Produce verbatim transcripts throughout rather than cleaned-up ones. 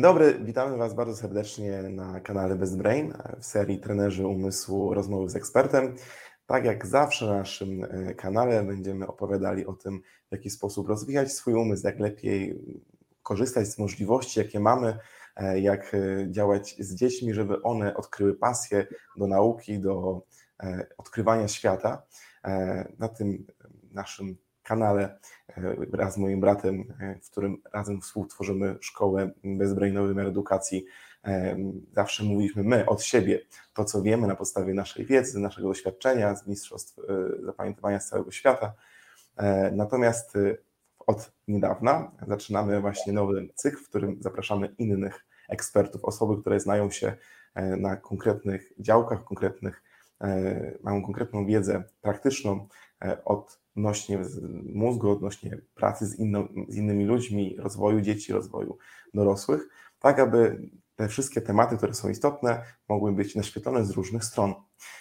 dobry, witamy Was bardzo serdecznie na kanale Best Brain w serii Trenerzy Umysłu Rozmowy z Ekspertem. Tak jak zawsze na naszym kanale będziemy opowiadali o tym, w jaki sposób rozwijać swój umysł, jak lepiej korzystać z możliwości, jakie mamy, jak działać z dziećmi, żeby one odkryły pasję do nauki, do odkrywania świata. Na tym naszym kanale wraz z moim bratem, w którym razem współtworzymy szkołę Bezbrainowy Wymiar Edukacji. Zawsze mówiliśmy my od siebie to, co wiemy na podstawie naszej wiedzy, naszego doświadczenia z mistrzostw zapamiętywania z całego świata. Natomiast od niedawna zaczynamy właśnie nowy cykl, w którym zapraszamy innych ekspertów, osoby, które znają się na konkretnych działkach, konkretnych, mają konkretną wiedzę praktyczną odnośnie mózgu, odnośnie pracy z, inno, z innymi ludźmi, rozwoju dzieci, rozwoju dorosłych, tak aby te wszystkie tematy, które są istotne, mogły być naświetlone z różnych stron.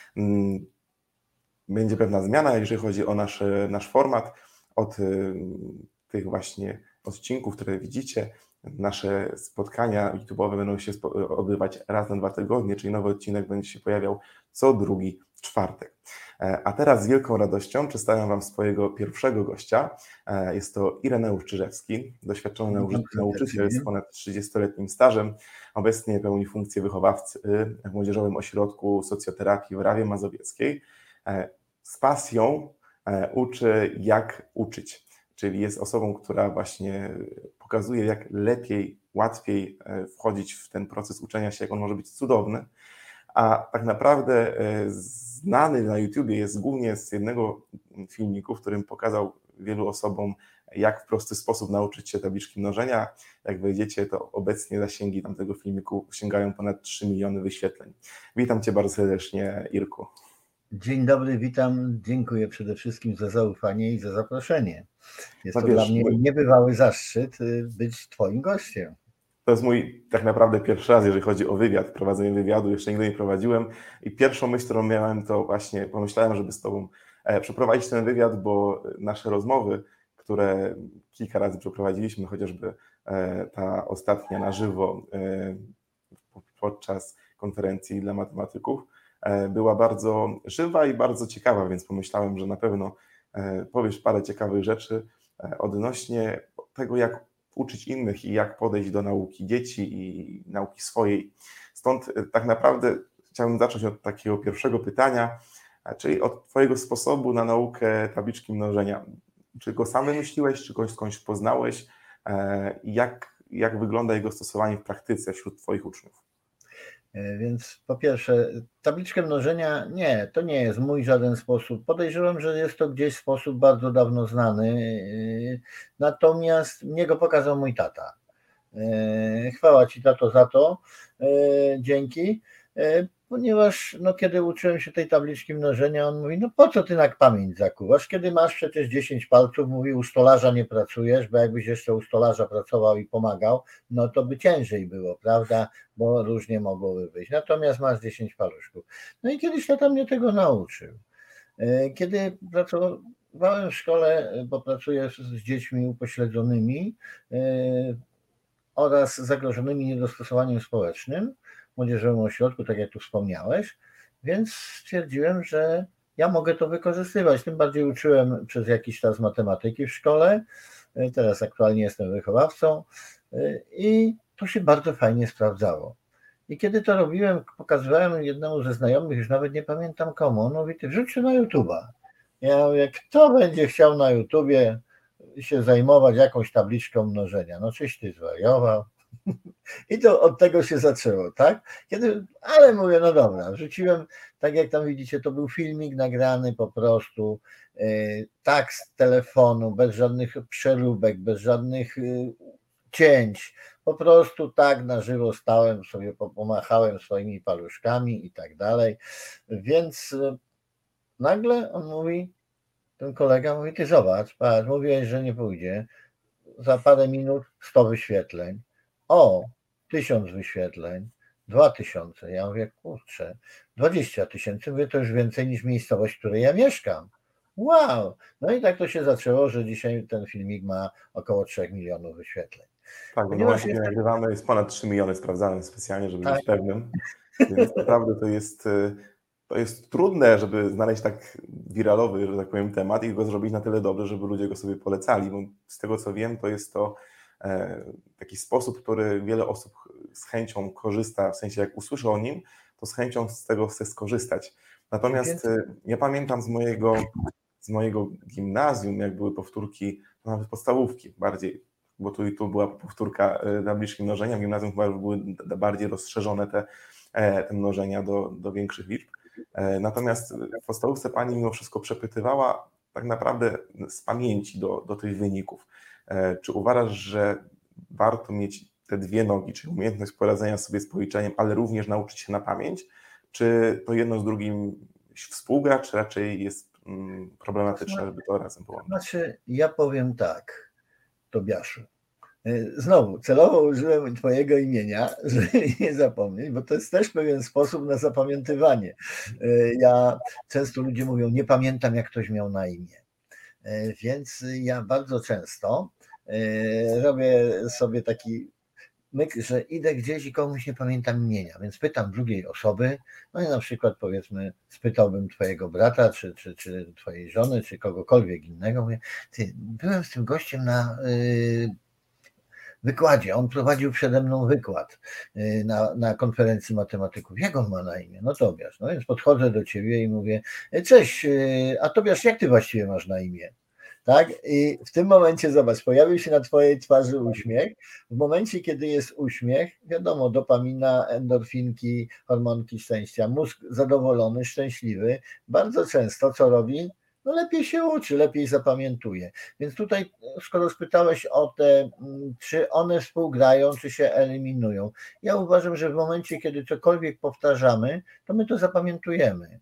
Będzie pewna zmiana, jeżeli chodzi o nasz, nasz format. Od tych właśnie odcinków, które widzicie, nasze spotkania YouTube'owe będą się odbywać raz na dwa tygodnie, czyli nowy odcinek będzie się pojawiał co drugi czwartek. A teraz z wielką radością przedstawiam Wam swojego pierwszego gościa. Jest to Ireneusz Czyżewski, doświadczony nauczyciel z ponad trzydziestoletnim stażem. Obecnie pełni funkcję wychowawcy w Młodzieżowym Ośrodku Socjoterapii w Rawie Mazowieckiej. Z pasją uczy, jak uczyć, czyli jest osobą, która właśnie pokazuje, jak lepiej, łatwiej wchodzić w ten proces uczenia się, jak on może być cudowny. A tak naprawdę znany na YouTubie jest głównie z jednego filmiku, w którym pokazał wielu osobom, jak w prosty sposób nauczyć się tabliczki mnożenia. Jak wejdziecie, to obecnie zasięgi tamtego filmiku sięgają ponad trzy miliony wyświetleń. Witam Cię bardzo serdecznie, Irku. Dzień dobry, witam. Dziękuję przede wszystkim za zaufanie i za zaproszenie. Jest no to wiesz, dla mnie mój... niebywały zaszczyt być Twoim gościem. To jest mój tak naprawdę pierwszy raz, jeżeli chodzi o wywiad, prowadzenie wywiadu, jeszcze nigdy nie prowadziłem i pierwszą myśl, którą miałem, to właśnie pomyślałem, żeby z Tobą przeprowadzić ten wywiad, bo nasze rozmowy, które kilka razy przeprowadziliśmy, chociażby ta ostatnia na żywo podczas konferencji dla matematyków, była bardzo żywa i bardzo ciekawa, więc pomyślałem, że na pewno powiesz parę ciekawych rzeczy odnośnie tego, jak uczyć innych i jak podejść do nauki dzieci i nauki swojej. Stąd tak naprawdę chciałbym zacząć od takiego pierwszego pytania, czyli od Twojego sposobu na naukę tabliczki mnożenia. Czy go sam wymyśliłeś, czy kogoś skądś poznałeś i jak, jak wygląda jego stosowanie w praktyce wśród Twoich uczniów? Więc po pierwsze, tabliczkę mnożenia nie, to nie jest mój żaden sposób. Podejrzewam, że jest to gdzieś sposób bardzo dawno znany, natomiast mnie go pokazał mój tata. Chwała Ci, tato, za to, dzięki, ponieważ no, kiedy uczyłem się tej tabliczki mnożenia, on mówi, no po co Ty na pamięć zakuwasz, kiedy masz przecież dziesięć palców, mówi, u stolarza nie pracujesz, bo jakbyś jeszcze u stolarza pracował i pomagał, no to by ciężej było, prawda, bo różnie mogłoby być, natomiast masz dziesięć paluszków. No i kiedyś tata mnie tego nauczył. Kiedy pracowałem w szkole, bo pracuję z dziećmi upośledzonymi oraz zagrożonymi niedostosowaniem społecznym, w Młodzieżowym Ośrodku, tak jak tu wspomniałeś, więc stwierdziłem, że ja mogę to wykorzystywać. Tym bardziej uczyłem przez jakiś czas matematyki w szkole, teraz aktualnie jestem wychowawcą i to się bardzo fajnie sprawdzało. I kiedy to robiłem, pokazywałem jednemu ze znajomych, już nawet nie pamiętam komu, on mówi, Ty wrzuć się na YouTube'a. Ja mówię, kto będzie chciał na YouTubie się zajmować jakąś tabliczką mnożenia? No czyś Ty zwariował? I to od tego się zaczęło, tak? Kiedy, ale mówię, no dobra, wrzuciłem, tak jak tam widzicie, to był filmik nagrany po prostu, yy, tak z telefonu, bez żadnych przeróbek, bez żadnych yy, cięć, po prostu tak na żywo stałem sobie, pomachałem swoimi paluszkami i tak dalej, więc yy, nagle on mówi, ten kolega mówi, Ty zobacz, patrz, mówiłeś, że nie pójdzie, za parę minut sto wyświetleń, o, tysiąc wyświetleń, dwa tysiące, ja mówię, kurczę, dwadzieścia tysięcy, mówię, to już więcej niż miejscowość, w której ja mieszkam. Wow! No i tak to się zaczęło, że dzisiaj ten filmik ma około trzech milionów wyświetleń. Tak, bo na Ponieważ momencie, kiedy jestem nagrywamy, jest ponad trzy miliony sprawdzane specjalnie, żeby tak, być pewnym, więc naprawdę to jest, y, to jest trudne, żeby znaleźć tak wiralowy, że tak powiem, temat i go zrobić na tyle dobrze, żeby ludzie go sobie polecali, bo z tego co wiem, to jest to e, taki sposób, który wiele osób z chęcią korzysta, w sensie jak usłyszy o nim, to z chęcią z tego chce skorzystać. Natomiast więc y, ja pamiętam z mojego, z mojego gimnazjum, jak były powtórki, to nawet podstawówki bardziej, bo tu i tu była powtórka y, tabliczki mnożenia, w gimnazjum chyba już były d- bardziej rozszerzone te, e, te mnożenia do, do większych liczb. E, Natomiast w podstawówce pani mimo wszystko przepytywała tak naprawdę z pamięci do, do tych wyników. E, Czy uważasz, że warto mieć te dwie nogi, czyli umiejętność poradzenia sobie z policzeniem, ale również nauczyć się na pamięć? Czy to jedno z drugim współgra, czy raczej jest mm, to problematyczne, zna- żeby to razem połączyć? znaczy, ja powiem tak, Tobiaszu. Y, Znowu, celowo użyłem Twojego imienia, żeby nie zapomnieć, bo to jest też pewien sposób na zapamiętywanie. Y, Ja często ludzie mówią, nie pamiętam, jak ktoś miał na imię. Y, Więc ja bardzo często y, robię sobie taki myk, że idę gdzieś i komuś nie pamiętam imienia, więc pytam drugiej osoby, no i na przykład powiedzmy spytałbym twojego brata, czy, czy, czy twojej żony, czy kogokolwiek innego, mówię, ty, byłem z tym gościem na y, wykładzie, on prowadził przede mną wykład y, na, na konferencji matematyków, jak on ma na imię? No Tobiasz, no więc podchodzę do ciebie i mówię, cześć, y, a Tobiasz, jak ty właściwie masz na imię? Tak? I w tym momencie, zobacz, pojawił się na twojej twarzy uśmiech. W momencie, kiedy jest uśmiech, wiadomo, dopamina, endorfinki, hormonki szczęścia, mózg zadowolony, szczęśliwy, bardzo często co robi? No lepiej się uczy, lepiej zapamiętuje. Więc tutaj, skoro spytałeś o te, czy one współgrają, czy się eliminują, ja uważam, że w momencie, kiedy cokolwiek powtarzamy, to my to zapamiętujemy.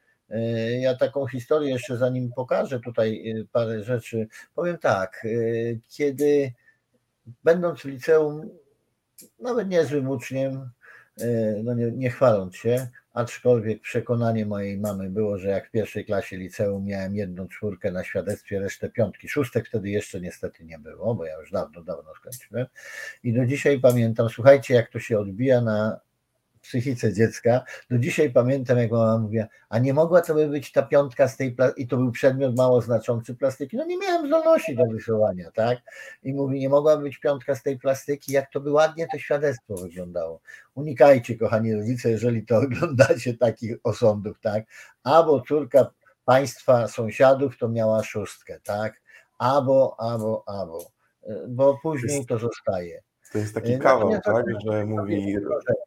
Ja taką historię jeszcze zanim pokażę tutaj parę rzeczy, powiem tak, kiedy będąc w liceum, nawet niezłym uczniem, no nie, nie chwaląc się, aczkolwiek przekonanie mojej mamy było, że jak w pierwszej klasie liceum miałem jedną czwórkę na świadectwie, resztę piątki, szóstek wtedy jeszcze niestety nie było, bo ja już dawno, dawno skończyłem i do dzisiaj pamiętam, słuchajcie, jak to się odbija na psychice dziecka. Do dzisiaj pamiętam, jak mama mówiła, a nie mogła to by być ta piątka z tej plastyki, i to był przedmiot mało znaczący plastyki. No nie miałem zdolności do rysowania, tak? I mówi, nie mogła być piątka z tej plastyki, jak to by ładnie to świadectwo wyglądało. Unikajcie, kochani rodzice, jeżeli to oglądacie takich osądów, tak? Albo córka państwa sąsiadów to miała szóstkę, tak? Albo, albo, albo. Bo To później jest, to zostaje. to jest taki kawał, Natomiast tak, że mówi,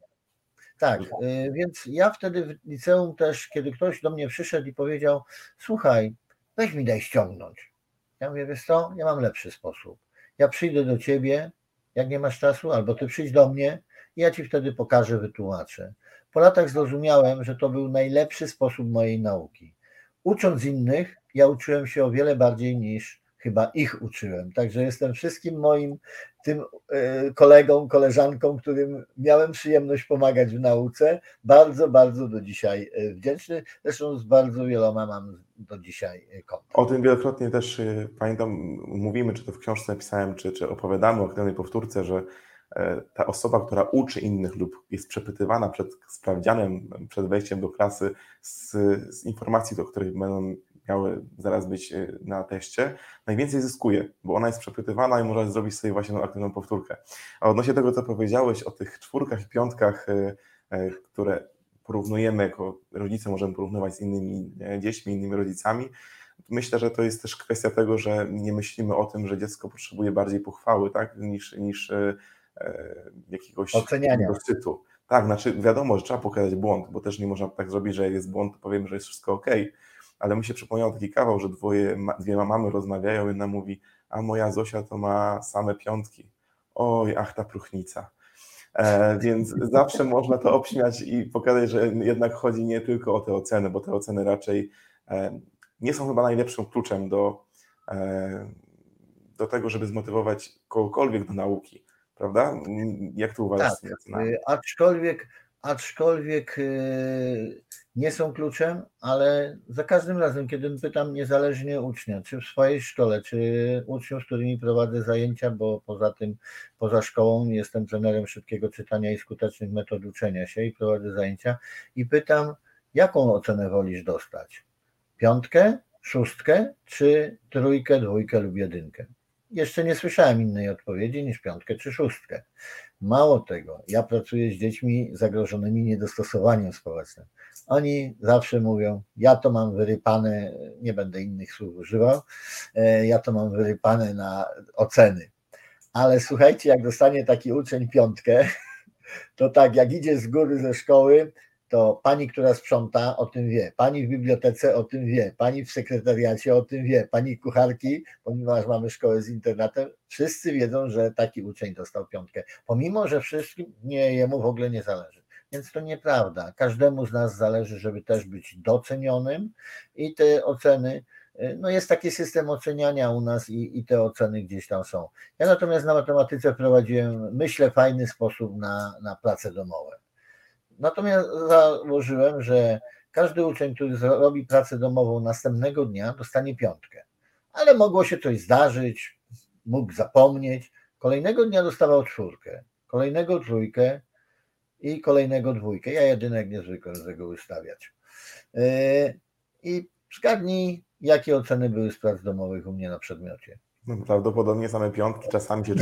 tak, więc ja wtedy w liceum też, kiedy ktoś do mnie przyszedł i powiedział, słuchaj, weź mi daj ściągnąć. Ja mówię, wiesz co, ja mam lepszy sposób. Ja przyjdę do ciebie, jak nie masz czasu, albo ty przyjdź do mnie i ja ci wtedy pokażę, wytłumaczę. Po latach zrozumiałem, że to był najlepszy sposób mojej nauki. Ucząc innych, ja uczyłem się o wiele bardziej niż chyba ich uczyłem. Także jestem wszystkim moim tym kolegom, koleżankom, którym miałem przyjemność pomagać w nauce, bardzo, bardzo do dzisiaj wdzięczny. Zresztą z bardzo wieloma mam do dzisiaj kontakt. o tym wielokrotnie też y, pamiętam, mówimy, czy to w książce napisałem, czy, czy opowiadamy o aktywnej powtórce, że e, ta osoba, która uczy innych lub jest przepytywana przed sprawdzianem, przed wejściem do klasy z, z informacji, do których będą miały zaraz być y, na teście, najwięcej zyskuje, bo ona jest przepytywana i może zrobić sobie właśnie tą aktywną powtórkę. A odnośnie tego, co powiedziałeś o tych czwórkach i piątkach, y, y, które porównujemy jako rodzice, możemy porównywać z innymi dziećmi, innymi rodzicami. Myślę, że to jest też kwestia tego, że nie myślimy o tym, że dziecko potrzebuje bardziej pochwały, tak, niż, niż e, jakiegoś Oceniania. dosytu. Tak, znaczy wiadomo, że trzeba pokazać błąd, bo też nie można tak zrobić, że jak jest błąd, to powiemy, że jest wszystko ok, ale mi się przypomniał taki kawał, że dwoje, dwie mamy rozmawiają, jedna mówi, a moja Zosia to ma same piątki. Oj, ach ta próchnica. E, więc zawsze można to obśmiać i pokazać, że jednak chodzi nie tylko o te oceny, bo te oceny raczej e, nie są chyba najlepszym kluczem do, e, do tego, żeby zmotywować kogokolwiek do nauki, prawda? Jak to uważasz Tak, z tymi ocenami? aczkolwiek aczkolwiek yy, nie są kluczem, ale za każdym razem, kiedy pytam niezależnie ucznia, czy w swojej szkole, czy uczniów, z którymi prowadzę zajęcia, bo poza tym, poza szkołą jestem trenerem szybkiego czytania i skutecznych metod uczenia się i prowadzę zajęcia i pytam, jaką ocenę wolisz dostać? Piątkę, szóstkę, czy trójkę, dwójkę lub jedynkę? Jeszcze nie słyszałem innej odpowiedzi niż piątkę czy szóstkę. Mało tego, ja pracuję z dziećmi zagrożonymi niedostosowaniem społecznym. Oni zawsze mówią, ja to mam wyrypane, nie będę innych słów używał, ja to mam wyrypane na oceny. Ale słuchajcie, jak dostanie taki uczeń piątkę, to tak, jak idzie z góry ze szkoły, to pani, która sprząta, o tym wie, pani w bibliotece o tym wie, pani w sekretariacie o tym wie, pani kucharki, ponieważ mamy szkołę z internatem, wszyscy wiedzą, że taki uczeń dostał piątkę, pomimo że wszystkim nie, jemu w ogóle nie zależy. Więc to nieprawda. Każdemu z nas zależy, żeby też być docenionym i te oceny, no jest taki system oceniania u nas i, i te oceny gdzieś tam są. Ja natomiast na matematyce prowadziłem, myślę, fajny sposób na, na prace domowe. Natomiast założyłem, że każdy uczeń, który zrobi pracę domową następnego dnia, dostanie piątkę. Ale mogło się coś zdarzyć, mógł zapomnieć. Kolejnego dnia dostawał czwórkę, kolejnego trójkę i kolejnego dwójkę. Ja jedynek nie zwykłem z tego wystawiać. I zgadnij, jakie oceny były z prac domowych u mnie na przedmiocie. No, prawdopodobnie same piątki, czasami się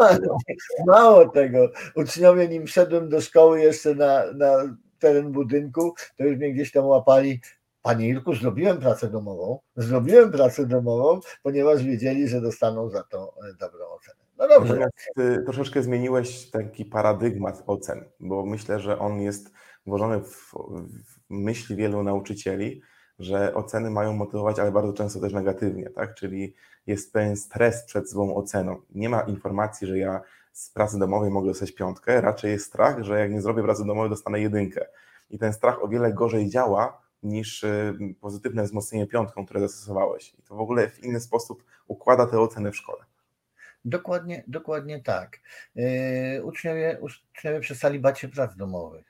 Mało tego, uczniowie, nim szedłem do szkoły jeszcze na, na teren budynku, to już mnie gdzieś tam łapali. Panie Irku, zrobiłem pracę domową, zrobiłem pracę domową, ponieważ wiedzieli, że dostaną za to dobrą ocenę. No dobrze. Natomiast ty troszeczkę zmieniłeś taki paradygmat ocen, bo myślę, że on jest włożony w, w myśli wielu nauczycieli, że oceny mają motywować, ale bardzo często też negatywnie, tak? Czyli jest pewien stres przed złą oceną. Nie ma informacji, że ja z pracy domowej mogę dostać piątkę, raczej jest strach, że jak nie zrobię pracy domowej, dostanę jedynkę. I ten strach o wiele gorzej działa niż pozytywne wzmocnienie piątką, które zastosowałeś. I to w ogóle w inny sposób układa te oceny w szkole. Dokładnie, dokładnie tak. Yy, uczniowie, uczniowie przestali bać się prac domowych.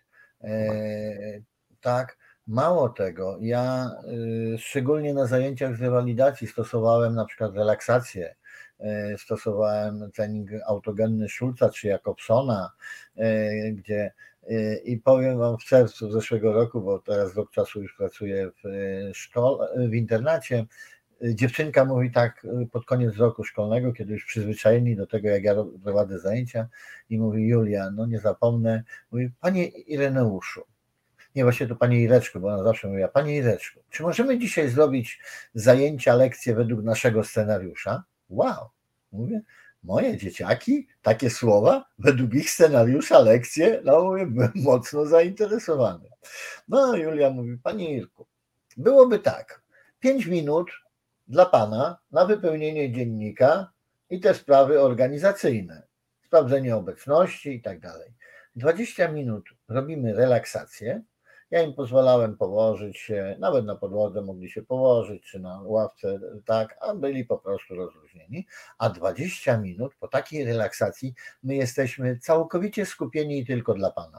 Yy, tak. Mało tego, ja y, szczególnie na zajęciach z rewalidacji stosowałem na przykład relaksację, y, stosowałem trening autogenny Schulza czy Jakobsona, y, gdzie y, i powiem Wam, w czerwcu zeszłego roku, bo teraz rok czasu już pracuję w szkole, w internacie, dziewczynka mówi tak pod koniec roku szkolnego, kiedy już przyzwyczajeni do tego, jak ja prowadzę zajęcia, i mówi: Julia, no nie zapomnę, mówi: Panie Ireneuszu, nie, właśnie to Pani Ireczko, bo ona zawsze mówiła: Pani Ireczko, czy możemy dzisiaj zrobić zajęcia, lekcje według naszego scenariusza? Wow, mówię, moje dzieciaki, takie słowa, według ich scenariusza lekcje, no mówię, byłem mocno zainteresowany. No Julia mówi: Pani Irku, byłoby tak, pięć minut dla Pana na wypełnienie dziennika i te sprawy organizacyjne, sprawdzenie obecności i tak dalej. dwadzieścia minut robimy relaksację. Ja im pozwalałem położyć się, nawet na podłodze mogli się położyć, czy na ławce, tak, a byli po prostu rozluźnieni. A dwadzieścia minut po takiej relaksacji my jesteśmy całkowicie skupieni tylko dla Pana.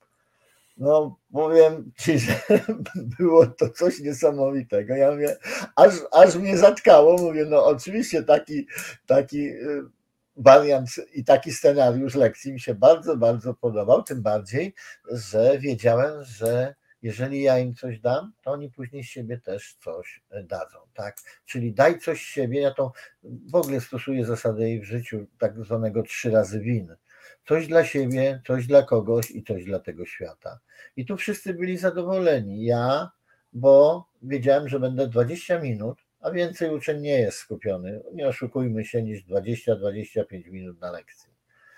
No powiem Ci, że było to coś niesamowitego. Ja mówię, aż, aż mnie zatkało, mówię, no oczywiście taki, taki wariant i taki scenariusz lekcji mi się bardzo, bardzo podobał, tym bardziej, że wiedziałem, że jeżeli ja im coś dam, to oni później z siebie też coś dadzą, tak? Czyli daj coś z siebie, ja to w ogóle stosuję zasadę i w życiu tak zwanego trzy razy win. Coś dla siebie, coś dla kogoś i coś dla tego świata. I tu wszyscy byli zadowoleni. Ja, bo wiedziałem, że będę dwadzieścia minut, a więcej uczeń nie jest skupiony, nie oszukujmy się, niż dwadzieścia do dwudziestu pięciu minut na lekcji.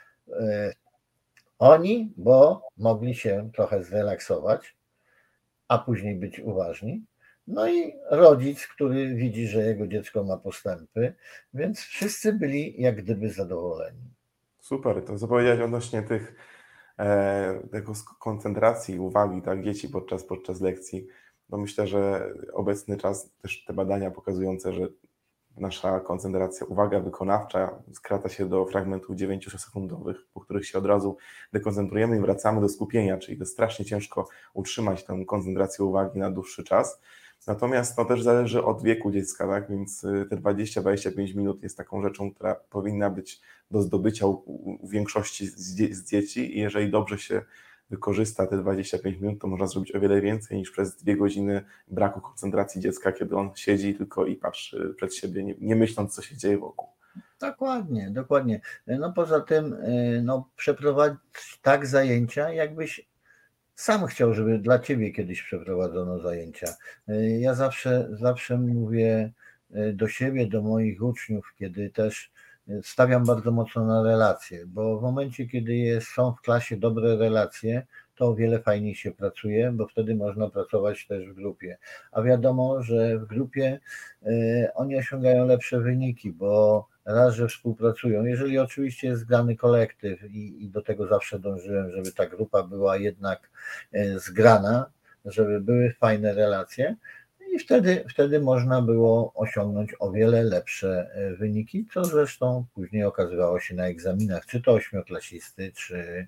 Oni, bo mogli się trochę zrelaksować, a później być uważni. No i rodzic, który widzi, że jego dziecko ma postępy, więc wszyscy byli jak gdyby zadowoleni. Super, to co powiedziałeś odnośnie tych e, tego koncentracji, uwagi, tak, dzieci podczas, podczas lekcji, no myślę, że obecny czas, też te badania pokazujące, że nasza koncentracja, uwaga wykonawcza skraca się do fragmentów dziewięciosekundowych, po których się od razu dekoncentrujemy i wracamy do skupienia, czyli to jest strasznie ciężko utrzymać tę koncentrację uwagi na dłuższy czas. Natomiast to też zależy od wieku dziecka, tak? Więc te dwadzieścia do dwudziestu pięciu minut jest taką rzeczą, która powinna być do zdobycia u, u większości z, dzie z dzieci i jeżeli dobrze się wykorzysta te dwadzieścia pięć minut, to można zrobić o wiele więcej niż przez dwie godziny braku koncentracji dziecka, kiedy on siedzi tylko i patrzy przed siebie, nie, nie myśląc, co się dzieje wokół. Dokładnie, dokładnie. No poza tym no, przeprowadzić tak zajęcia, jakbyś sam chciał, żeby dla ciebie kiedyś przeprowadzono zajęcia. Ja zawsze, zawsze mówię do siebie, do moich uczniów, kiedy też stawiam bardzo mocno na relacje, bo w momencie, kiedy jest, są w klasie dobre relacje, to o wiele fajniej się pracuje, bo wtedy można pracować też w grupie. A wiadomo, że w grupie y, oni osiągają lepsze wyniki, bo raz, że współpracują, jeżeli oczywiście jest zgrany kolektyw i, i do tego zawsze dążyłem, żeby ta grupa była jednak y, zgrana, żeby były fajne relacje, i wtedy, wtedy można było osiągnąć o wiele lepsze wyniki, co zresztą później okazywało się na egzaminach, czy to ośmioklasisty, czy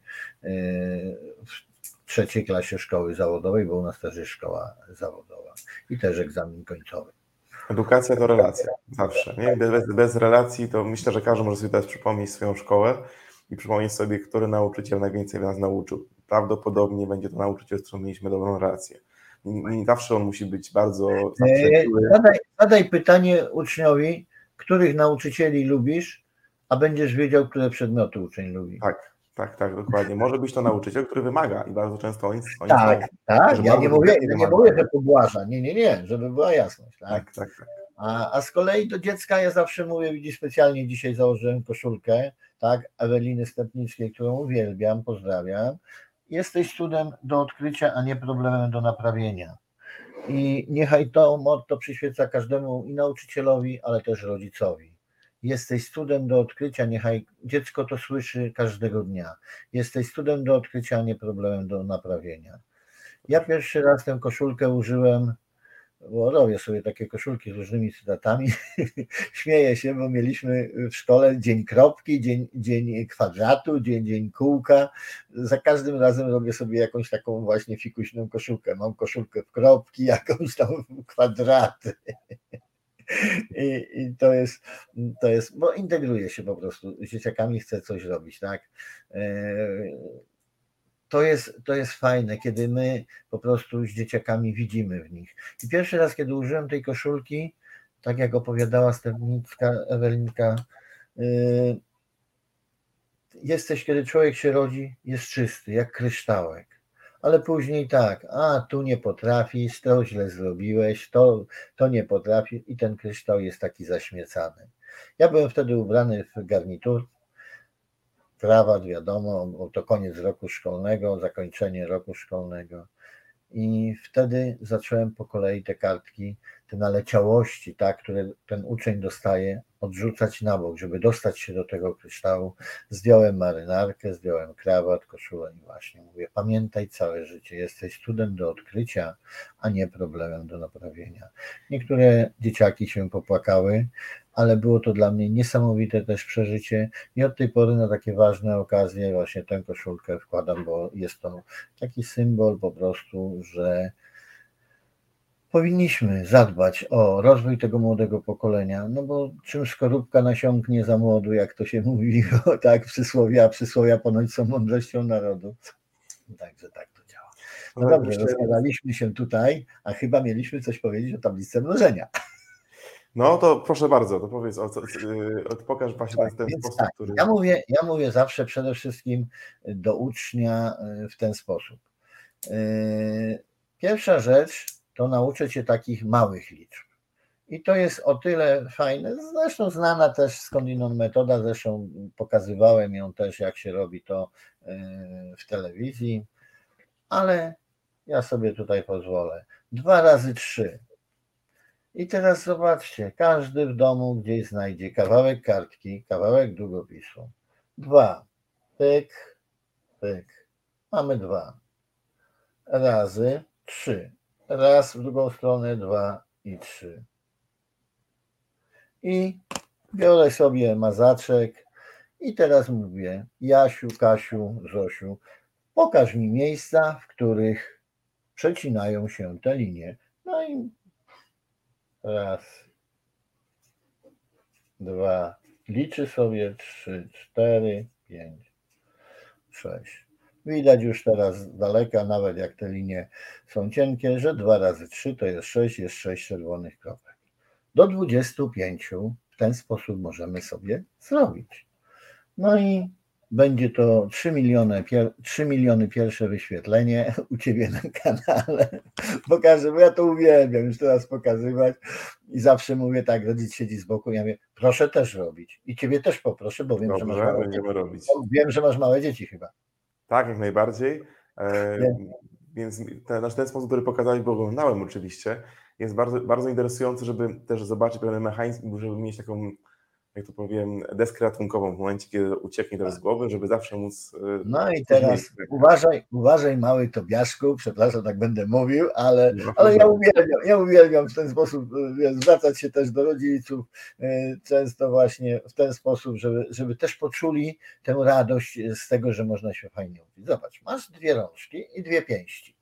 w trzeciej klasie szkoły zawodowej, bo u nas też jest szkoła zawodowa i też egzamin końcowy. Edukacja to relacja, zawsze. Nie? Bez, bez relacji to myślę, że każdy może sobie teraz przypomnieć swoją szkołę i przypomnieć sobie, który nauczyciel najwięcej nas nauczył. Prawdopodobnie będzie to nauczyciel, z którym mieliśmy dobrą relację. Nie zawsze on musi być bardzo... Zadaj, zadaj pytanie uczniowi, których nauczycieli lubisz, a będziesz wiedział, które przedmioty uczeń lubi. Tak, tak, tak, dokładnie. Może być to nauczyciel, który wymaga i bardzo często oni, oni tak, są... Tak, ja nie mówię, ja nie mówię, że pobłaża. Nie, nie, nie, żeby była jasność. Tak, tak, tak. tak. A, a z kolei do dziecka ja zawsze mówię, widzisz, specjalnie dzisiaj założyłem koszulkę, tak, Eweliny Stepnickiej, którą uwielbiam, pozdrawiam. Jesteś cudem do odkrycia, a nie problemem do naprawienia. I niechaj to motto przyświeca każdemu i nauczycielowi, ale też rodzicowi. Jesteś cudem do odkrycia, niechaj dziecko to słyszy każdego dnia. Jesteś cudem do odkrycia, a nie problemem do naprawienia. Ja pierwszy raz tę koszulkę użyłem, bo robię sobie takie koszulki z różnymi cytatami. Śmieję się, bo mieliśmy w szkole dzień kropki, dzień, dzień kwadratu, dzień, dzień kółka. Za każdym razem robię sobie jakąś taką właśnie fikuśną koszulkę. Mam koszulkę w kropki, jakąś tam w kwadraty. I, i to jest, to jest, bo integruję się po prostu z dzieciakami, chcę coś robić, tak? To jest, to jest fajne, kiedy my po prostu z dzieciakami widzimy w nich. I pierwszy raz, kiedy użyłem tej koszulki, tak jak opowiadała Stepnicka, Ewelinka, yy, jesteś, kiedy człowiek się rodzi, jest czysty, jak kryształek. Ale później tak, a tu nie potrafisz, to źle zrobiłeś, to, to nie potrafi i ten kryształ jest taki zaśmiecany. Ja byłem wtedy ubrany w garnitur, krawat, wiadomo, bo to koniec roku szkolnego, zakończenie roku szkolnego i wtedy zacząłem po kolei te kartki, te naleciałości, tak, które ten uczeń dostaje, odrzucać na bok, żeby dostać się do tego kryształu. Zdjąłem marynarkę, zdjąłem krawat, koszulę i właśnie mówię, pamiętaj całe życie, jesteś cudem do odkrycia, a nie problemem do naprawienia. Niektóre dzieciaki się popłakały, ale było to dla mnie niesamowite też przeżycie i od tej pory na takie ważne okazje właśnie tę koszulkę wkładam, bo jest to taki symbol po prostu, że powinniśmy zadbać o rozwój tego młodego pokolenia, no bo czym skorupka nasiąknie za młodu, jak to się mówi, tak, przysłowia, przysłowia ponoć są mądrością narodu. Także tak to działa. No dobrze, rozgadaliśmy się tutaj, a chyba mieliśmy coś powiedzieć o tablicy mnożenia. No to proszę bardzo, to powiedz, o co, o, pokaż właśnie ten, ten sposób, tak, który... Ja mówię, ja mówię zawsze przede wszystkim do ucznia w ten sposób. Pierwsza rzecz to nauczę cię takich małych liczb. I to jest o tyle fajne, zresztą znana też skądinąd metoda, zresztą pokazywałem ją też, jak się robi to w telewizji, ale ja sobie tutaj pozwolę. Dwa razy trzy. I teraz zobaczcie, każdy w domu gdzieś znajdzie kawałek kartki, kawałek długopisu. Dwa. Pyk, pyk. Mamy dwa. Razy trzy. Raz w drugą stronę, dwa i trzy. i biorę sobie mazaczek i teraz mówię: Jasiu, Kasiu, Zosiu, pokaż mi miejsca, w których przecinają się te linie. No i raz, dwa, liczy sobie, trzy, cztery, pięć, sześć. Widać już teraz z daleka, nawet jak te linie są cienkie, że dwa razy trzy to jest sześć, jest sześć czerwonych kropek. Do dwudziestu pięciu w ten sposób możemy sobie zrobić. No i będzie to trzy miliony, trzy miliony pierwsze wyświetlenie u Ciebie na kanale. Pokażę, bo ja to uwielbiam już teraz pokazywać i zawsze mówię tak, rodzic siedzi z boku i ja mówię: proszę też robić. I Ciebie też poproszę, bo wiem, Dobrze, że masz małe będziemy dzieci. robić. Wiem, że masz małe dzieci chyba. Tak, jak najbardziej. E, Nie. Więc ten, ten sposób, który pokazałeś, bo oglądałem oczywiście, jest bardzo, bardzo interesujący, żeby też zobaczyć pewien mechanizm, żeby mieć taką, jak to powiem, deskę ratunkową w momencie, kiedy ucieknie to z głowy, żeby zawsze móc... e, No i coś teraz mieć. uważaj, uważaj mały Tobiaszku, przepraszam, tak będę mówił, ale, No, ale ja dobra. uwielbiam, ja uwielbiam w ten sposób wiesz, zwracać się też do rodziców, e, często właśnie w ten sposób, żeby, żeby też poczuli tę radość z tego, że można się fajnie uczyć. Zobacz, masz dwie rączki i dwie pięści.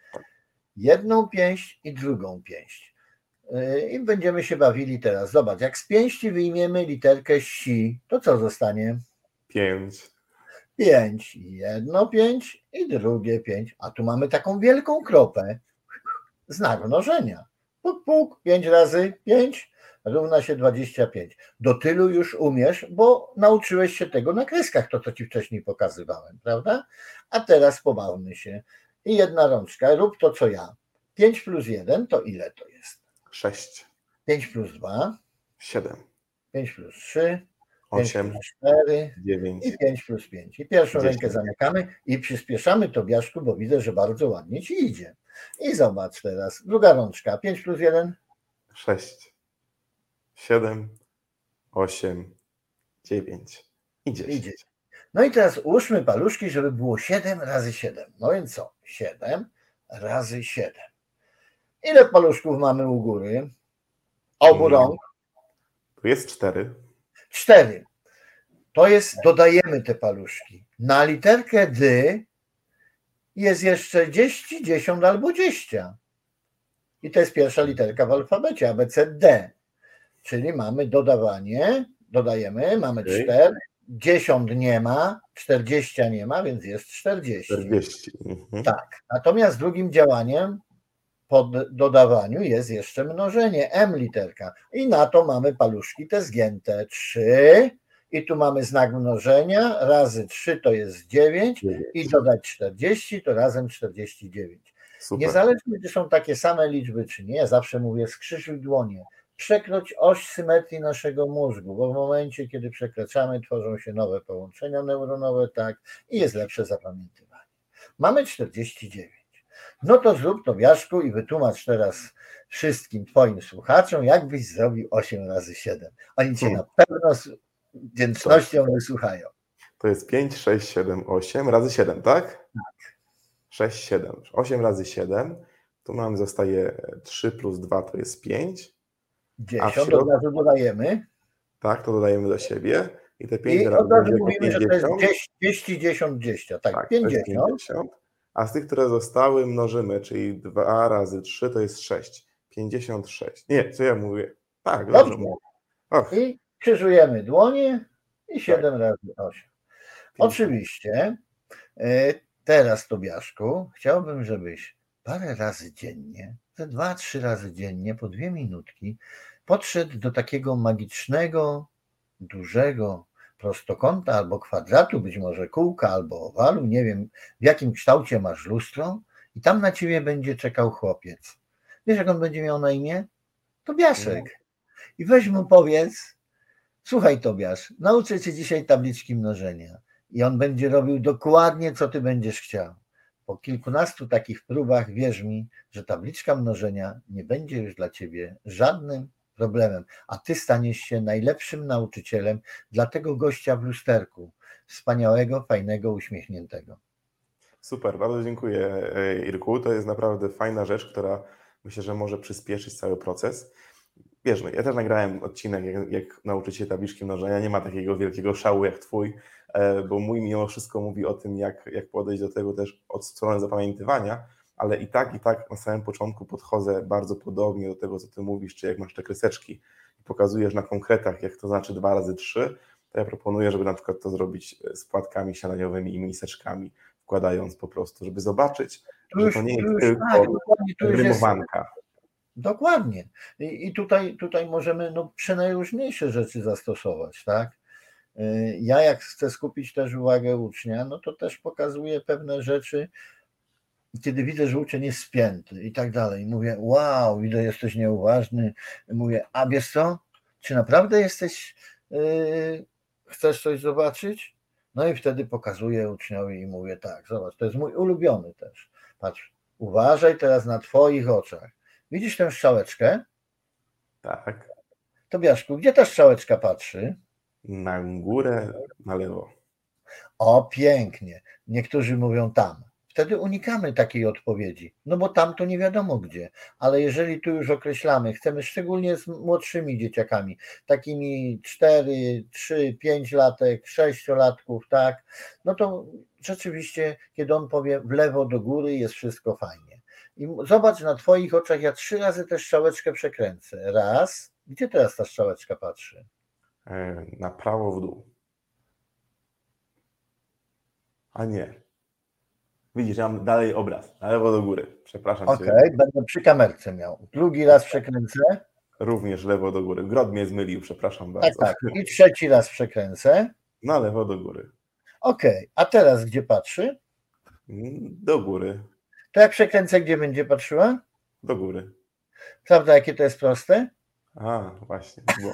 Jedną pięść i drugą pięść. E, I będziemy się bawili teraz. Zobacz, jak z pięści wyjmiemy literkę si, to co zostanie? Pięć. Pięć, jedno pięć i drugie pięć, a tu mamy taką wielką kropę, znak mnożenia. Puk, puk, pięć razy pięć równa się dwadzieścia pięć. Do tylu już umiesz, bo nauczyłeś się tego na kreskach, to co Ci wcześniej pokazywałem, prawda? A teraz pobawmy się. I jedna rączka, rób to co ja. pięć plus jeden to ile to jest? Sześć. pięć plus dwa, Siedem. pięć plus trzy, pięć Osiem. plus cztery Dziewięć. i pięć plus pięć. I pierwszą dziesięć. rękę zamykamy i przyspieszamy, Tobiaszku, bo widzę, że bardzo ładnie Ci idzie. I zobacz teraz, druga rączka, pięć plus jeden. Sześć. Siedem. Osiem. Dziewięć. I I dziesięć. dziesięć. No i teraz ułóżmy paluszki, żeby było siedem razy siedem. No więc co? siedem razy siedem. Ile paluszków mamy u góry? Obu Mm. rąk? Tu jest cztery. cztery. To jest, dodajemy te paluszki. Na literkę D jest jeszcze dziesięć, dziesięć albo dwadzieścia. I to jest pierwsza literka w alfabecie, A, B, C, D. Czyli mamy dodawanie, dodajemy, mamy Okej. cztery, dziesięć nie ma, czterdzieści nie ma, więc jest czterdzieści. czterdzieści. Mhm. Tak. Natomiast drugim działaniem po dodawaniu jest jeszcze mnożenie, M literka. I na to mamy paluszki te zgięte. trzy i tu mamy znak mnożenia, razy trzy to jest dziewięć i dodać czterdzieści to razem czterdzieści dziewięć. Super. Niezależnie, czy są takie same liczby, czy nie, ja zawsze mówię: skrzyżuj dłonie, przekroć oś symetrii naszego mózgu, bo w momencie, kiedy przekraczamy, tworzą się nowe połączenia neuronowe, tak, i jest lepsze zapamiętywanie. Mamy czterdzieści dziewięć. No to zrób, Tobiaszku, i wytłumacz teraz wszystkim Twoim słuchaczom, jak byś zrobił osiem razy siedem. Oni Cię Hmm. na pewno z wdzięcznością wysłuchają. To jest pięć, sześć, siedem, osiem razy siedem, tak? Tak. sześć, siedem. osiem razy siedem. Tu nam zostaje trzy plus dwa to jest pięć. dziesięć, środku- od razu dodajemy. Tak, to dodajemy do siebie. I te pięć I razy od razu będzie mówimy, że to jest pięćdziesiąt. dziesięć, dziesięć, dziesięć. Tak, Tak, to jest pięćdziesiąt. pięćdziesiąt. A z tych, które zostały, mnożymy, czyli dwa razy trzy to jest sześć. pięćdziesiąt sześć. Nie, co ja mówię? Tak, dobrze Dobrze. mówię. Och, I krzyżujemy dłonie i siedem razy osiem. Oczywiście e, teraz, Tobiaszku, chciałbym, żebyś parę razy dziennie, te dwa, trzy razy dziennie, po dwie minutki, podszedł do takiego magicznego, dużego prostokąta albo kwadratu, być może kółka albo owalu, nie wiem w jakim kształcie masz lustro, i tam na ciebie będzie czekał chłopiec. Wiesz, jak on będzie miał na imię? Tobiaszek. I weź mu powiedz: słuchaj, Tobiasz, nauczę cię dzisiaj tabliczki mnożenia. I on będzie robił dokładnie, co ty będziesz chciał. Po kilkunastu takich próbach, wierz mi, że tabliczka mnożenia nie będzie już dla ciebie żadnym problemem, a ty staniesz się najlepszym nauczycielem dla tego gościa w lusterku. Wspaniałego, fajnego, uśmiechniętego. super, bardzo dziękuję, e, Irku. To jest naprawdę fajna rzecz, która myślę, że może przyspieszyć cały proces. wiesz, no, ja też nagrałem odcinek, jak, jak nauczyć się tabliczki mnożenia. Nie ma takiego wielkiego szału jak twój, e, bo mój mimo wszystko mówi o tym, jak, jak podejść do tego też od strony zapamiętywania, ale i tak, i tak na samym początku podchodzę bardzo podobnie do tego, co ty mówisz, czy jak masz te kreseczki i pokazujesz na konkretach, jak to znaczy dwa razy trzy, to ja proponuję, żeby na przykład to zrobić z płatkami śniadaniowymi i miseczkami, wkładając po prostu, żeby zobaczyć, Tu że już, to nie tu jest już tylko tak, dokładnie, tu już jest, rymowanka. dokładnie. I, i tutaj, tutaj możemy no, przenajróżniejsze rzeczy zastosować, tak? Y, Ja jak chcę skupić też uwagę ucznia, no to też pokazuję pewne rzeczy, kiedy widzę, że uczeń jest spięty i tak dalej. Mówię, wow, ile jesteś nieuważny. Mówię, a wiesz co, czy naprawdę jesteś, yy, chcesz coś zobaczyć? No i wtedy pokazuję uczniowi i mówię, tak, zobacz, to jest mój ulubiony też. Patrz, uważaj teraz na twoich oczach. Widzisz tę strzałeczkę? Tak. Tobiaszku, gdzie ta strzałeczka patrzy? Na górę, na lewo. O, pięknie. Niektórzy mówią tam. Wtedy unikamy takiej odpowiedzi, no bo tam to nie wiadomo gdzie, ale jeżeli tu już określamy, chcemy szczególnie z młodszymi dzieciakami, takimi cztery, trzy, pięć latek, sześciolatków, tak, no to rzeczywiście, kiedy on powie w lewo do góry, jest wszystko fajnie. I zobacz, na twoich oczach ja trzy razy tę strzałeczkę przekręcę. Raz, gdzie teraz ta strzałeczka patrzy? E, Na prawo w dół. A nie. Widzisz, ja mam dalej obraz. Na lewo do góry. Przepraszam Okej, cię. będę przy kamerce miał. Drugi raz przekręcę. Również lewo do góry. Grot mnie zmylił, przepraszam Tak, bardzo. tak. I trzeci raz przekręcę. Na lewo do góry. Okej, a teraz gdzie patrzy? Do góry. To jak przekręcę, gdzie będzie patrzyła? Do góry. Prawda, jakie to jest proste? A, właśnie. Bo...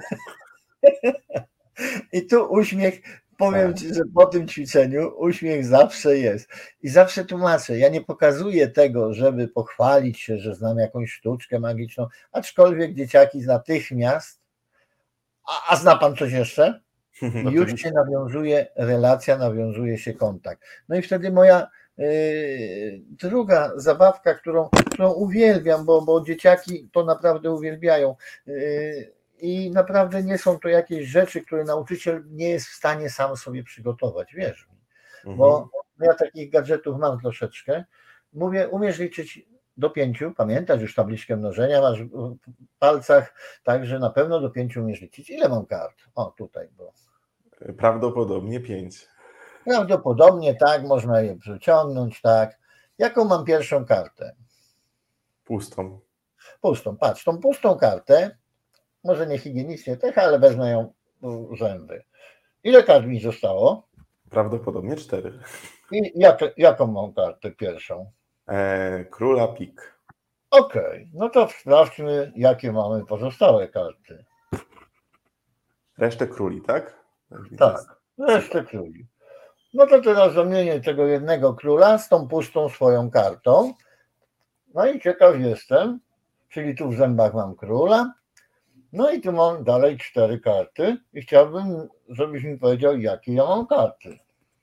I tu uśmiech, powiem Tak. Ci, że po tym ćwiczeniu uśmiech zawsze jest. I zawsze tłumaczę. Ja nie pokazuję tego, żeby pochwalić się, że znam jakąś sztuczkę magiczną, aczkolwiek dzieciaki natychmiast. A, a zna Pan coś jeszcze? I już się nawiązuje relacja, nawiązuje się kontakt. No i wtedy moja yy, druga zabawka, którą, którą uwielbiam, bo, bo dzieciaki to naprawdę uwielbiają. Yy, I naprawdę nie są to jakieś rzeczy, które nauczyciel nie jest w stanie sam sobie przygotować, wierz mi. Mhm. Bo ja takich gadżetów mam troszeczkę. Mówię, umiesz liczyć do pięciu, pamiętasz już tabliczkę mnożenia, masz w palcach, także na pewno do pięciu umiesz liczyć. Ile mam kart? O, tutaj było. Prawdopodobnie pięć. Prawdopodobnie tak, można je przeciągnąć, tak. Jaką mam pierwszą kartę? Pustą. Pustą, patrz, tą pustą kartę, może nie higienicznie też, ale wezmę ją w zęby. Ile kart mi zostało? Prawdopodobnie cztery. I jak, jaką mam kartę pierwszą? E, króla pik. Okej, okay, no to sprawdźmy, jakie mamy pozostałe karty. Resztę króli, tak? Tak, resztę króli. No to teraz zamienię tego jednego króla z tą pustą swoją kartą. No i ciekaw jestem, czyli tu w zębach mam króla. No i tu mam dalej cztery karty i chciałbym, żebyś mi powiedział, jakie ja mam karty.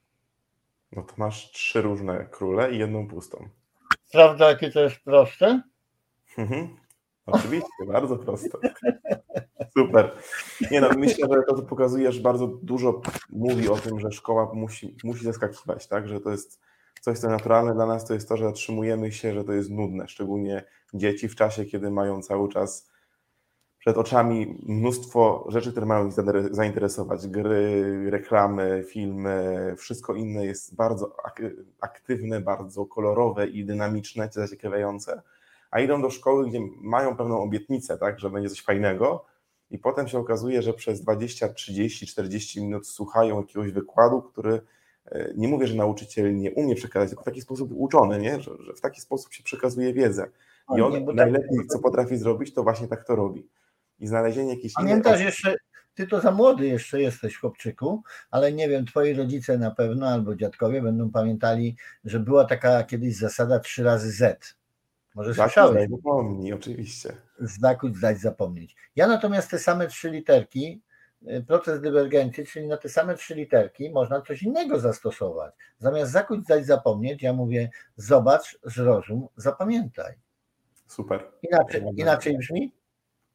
No to masz trzy różne króle i jedną pustą. Prawda, jakie to jest proste? Mhm. Oczywiście, bardzo proste. Super. Nie no, myślę, że to, co pokazujesz, bardzo dużo mówi o tym, że szkoła musi, musi zaskakiwać, tak? Że to jest coś, co naturalne dla nas, to jest to, że zatrzymujemy się, że to jest nudne, szczególnie dzieci w czasie, kiedy mają cały czas przed oczami mnóstwo rzeczy, które mają ich zainteresować. Gry, reklamy, filmy, wszystko inne jest bardzo aktywne, bardzo kolorowe i dynamiczne, zaciekawiające, a idą do szkoły, gdzie mają pewną obietnicę, tak, że będzie coś fajnego i potem się okazuje, że przez dwadzieścia, trzydzieści, czterdzieści minut słuchają jakiegoś wykładu, który nie mówię, że nauczyciel nie umie przekazać, tylko w taki sposób uczony, nie? Że, że w taki sposób się przekazuje wiedzę. I on nie, najlepiej, tak, co potrafi zrobić, to właśnie tak to robi. I znalezienie jakiejś Pamiętasz innej... jeszcze, ty to za młody jeszcze jesteś, chłopczyku, ale nie wiem, twoi rodzice na pewno albo dziadkowie będą pamiętali, że była taka kiedyś zasada trzy razy Z. Może słyszałeś? Zapomnij, oczywiście. Zakuć, zdać, zapomnieć. Ja natomiast te same trzy literki, proces dywergencji, czyli na te same trzy literki można coś innego zastosować. Zamiast zakuć, zdać, zapomnieć, ja mówię zobacz, zrozum, zapamiętaj. Super. Inaczej, inaczej brzmi?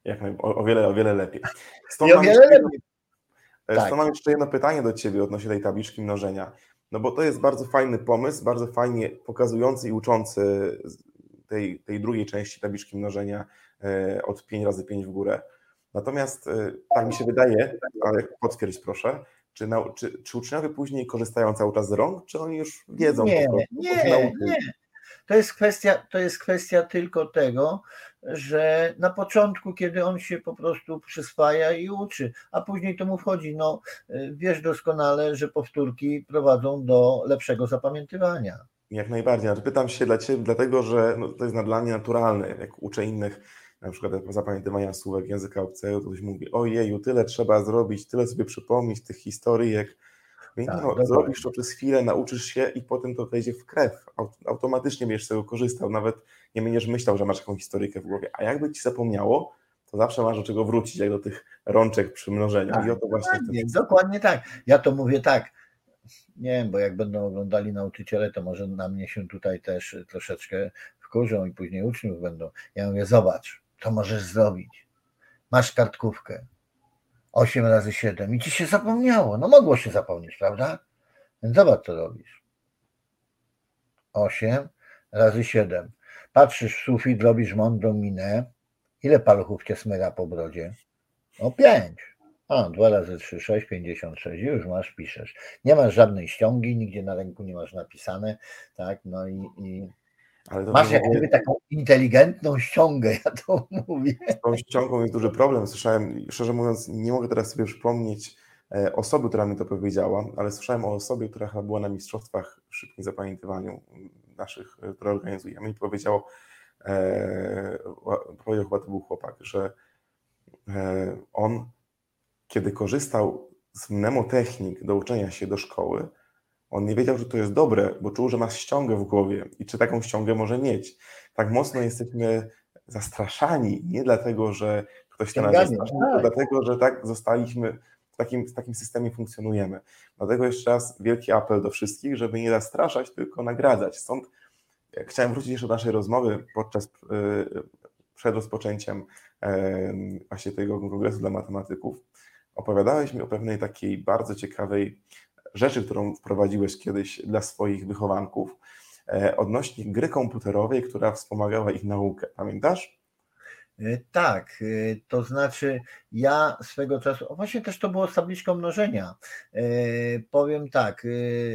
Jak naj... o, o wiele, o wiele lepiej. Stąd I o mam, wiele jeszcze jedno, lepiej. stąd Tak. mam jeszcze jedno pytanie do Ciebie odnośnie tej tabliczki mnożenia. No bo to jest bardzo fajny pomysł, bardzo fajnie pokazujący i uczący tej, tej drugiej części tabliczki mnożenia od pięć razy pięć w górę. Natomiast tak mi się wydaje, ale potwierdź proszę, czy, nau, czy, czy uczniowie później korzystają cały czas z rąk, czy oni już wiedzą Nie, po prostu, nie, nauczyli? nie. To jest kwestia, to jest kwestia tylko tego, że na początku, kiedy on się po prostu przyswaja i uczy, a później to mu wchodzi. No, wiesz doskonale, że powtórki prowadzą do lepszego zapamiętywania. Jak najbardziej. Znaczy, pytam się dla Ciebie, dlatego że no, to jest dla mnie naturalne. Jak uczę innych, na przykład zapamiętywania słówek języka obcego, to ktoś mówi, ojeju, tyle trzeba zrobić, tyle sobie przypomnieć tych historyjek. Więc Tak, no, dokładnie. zrobisz to przez chwilę, nauczysz się i potem to wejdzie w krew. Automatycznie będziesz z tego korzystał, nawet nie będziesz myślał, że masz jakąś historykę w głowie. A jakby Ci zapomniało, to zawsze masz do czego wrócić, jak do tych rączek przy mnożeniu. Tak, I o to właśnie w tym dokładnie, wszystkim. dokładnie tak. Ja to mówię tak. Nie wiem, bo jak będą oglądali nauczyciele, to może na mnie się tutaj też troszeczkę wkurzą i później uczniów będą. Ja mówię, zobacz, to możesz zrobić. Masz kartkówkę. osiem razy siedem i ci się zapomniało. No mogło się zapomnieć, prawda? Więc zobacz, co robisz. osiem razy siedem. Patrzysz w sufit, robisz mądrą minę. Ile paluchów cię smyra po brodzie? O pięć. A, dwa razy trzy, sześć, pięćdziesiąt sześć. Już masz, piszesz. Nie masz żadnej ściągi, nigdzie na ręku nie masz napisane, tak, no i, i Ale to masz jak ogóle... gdyby taką inteligentną ściągę, ja to mówię. Z tą ściągą jest duży problem. Słyszałem, szczerze mówiąc, nie mogę teraz sobie przypomnieć osoby, która mi to powiedziała, ale słyszałem o osobie, która chyba była na mistrzostwach w szybkim zapamiętywaniu naszych, które organizujemy i powiedział, e, powiedział chyba to był chłopak, że e, on, kiedy korzystał z mnemotechnik do uczenia się do szkoły, on nie wiedział, że to jest dobre, bo czuł, że ma ściągę w głowie i czy taką ściągę może mieć. Tak mocno jesteśmy zastraszani, nie dlatego, że ktoś chce nas zastraszyć, tylko dlatego, że tak zostaliśmy, w takim, w takim systemie funkcjonujemy. Dlatego jeszcze raz wielki apel do wszystkich, żeby nie zastraszać, tylko nagradzać. Stąd chciałem wrócić jeszcze do naszej rozmowy podczas, przed rozpoczęciem właśnie tego kongresu dla matematyków. Opowiadałeś mi o pewnej takiej bardzo ciekawej rzeczy, którą wprowadziłeś kiedyś dla swoich wychowanków odnośnie gry komputerowej, która wspomagała ich naukę. Pamiętasz? Tak, to znaczy ja swego czasu, właśnie też to było z tabliczką mnożenia. Powiem tak,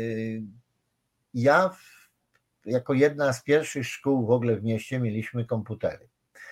ja jako jedna z pierwszych szkół w ogóle w mieście mieliśmy komputery.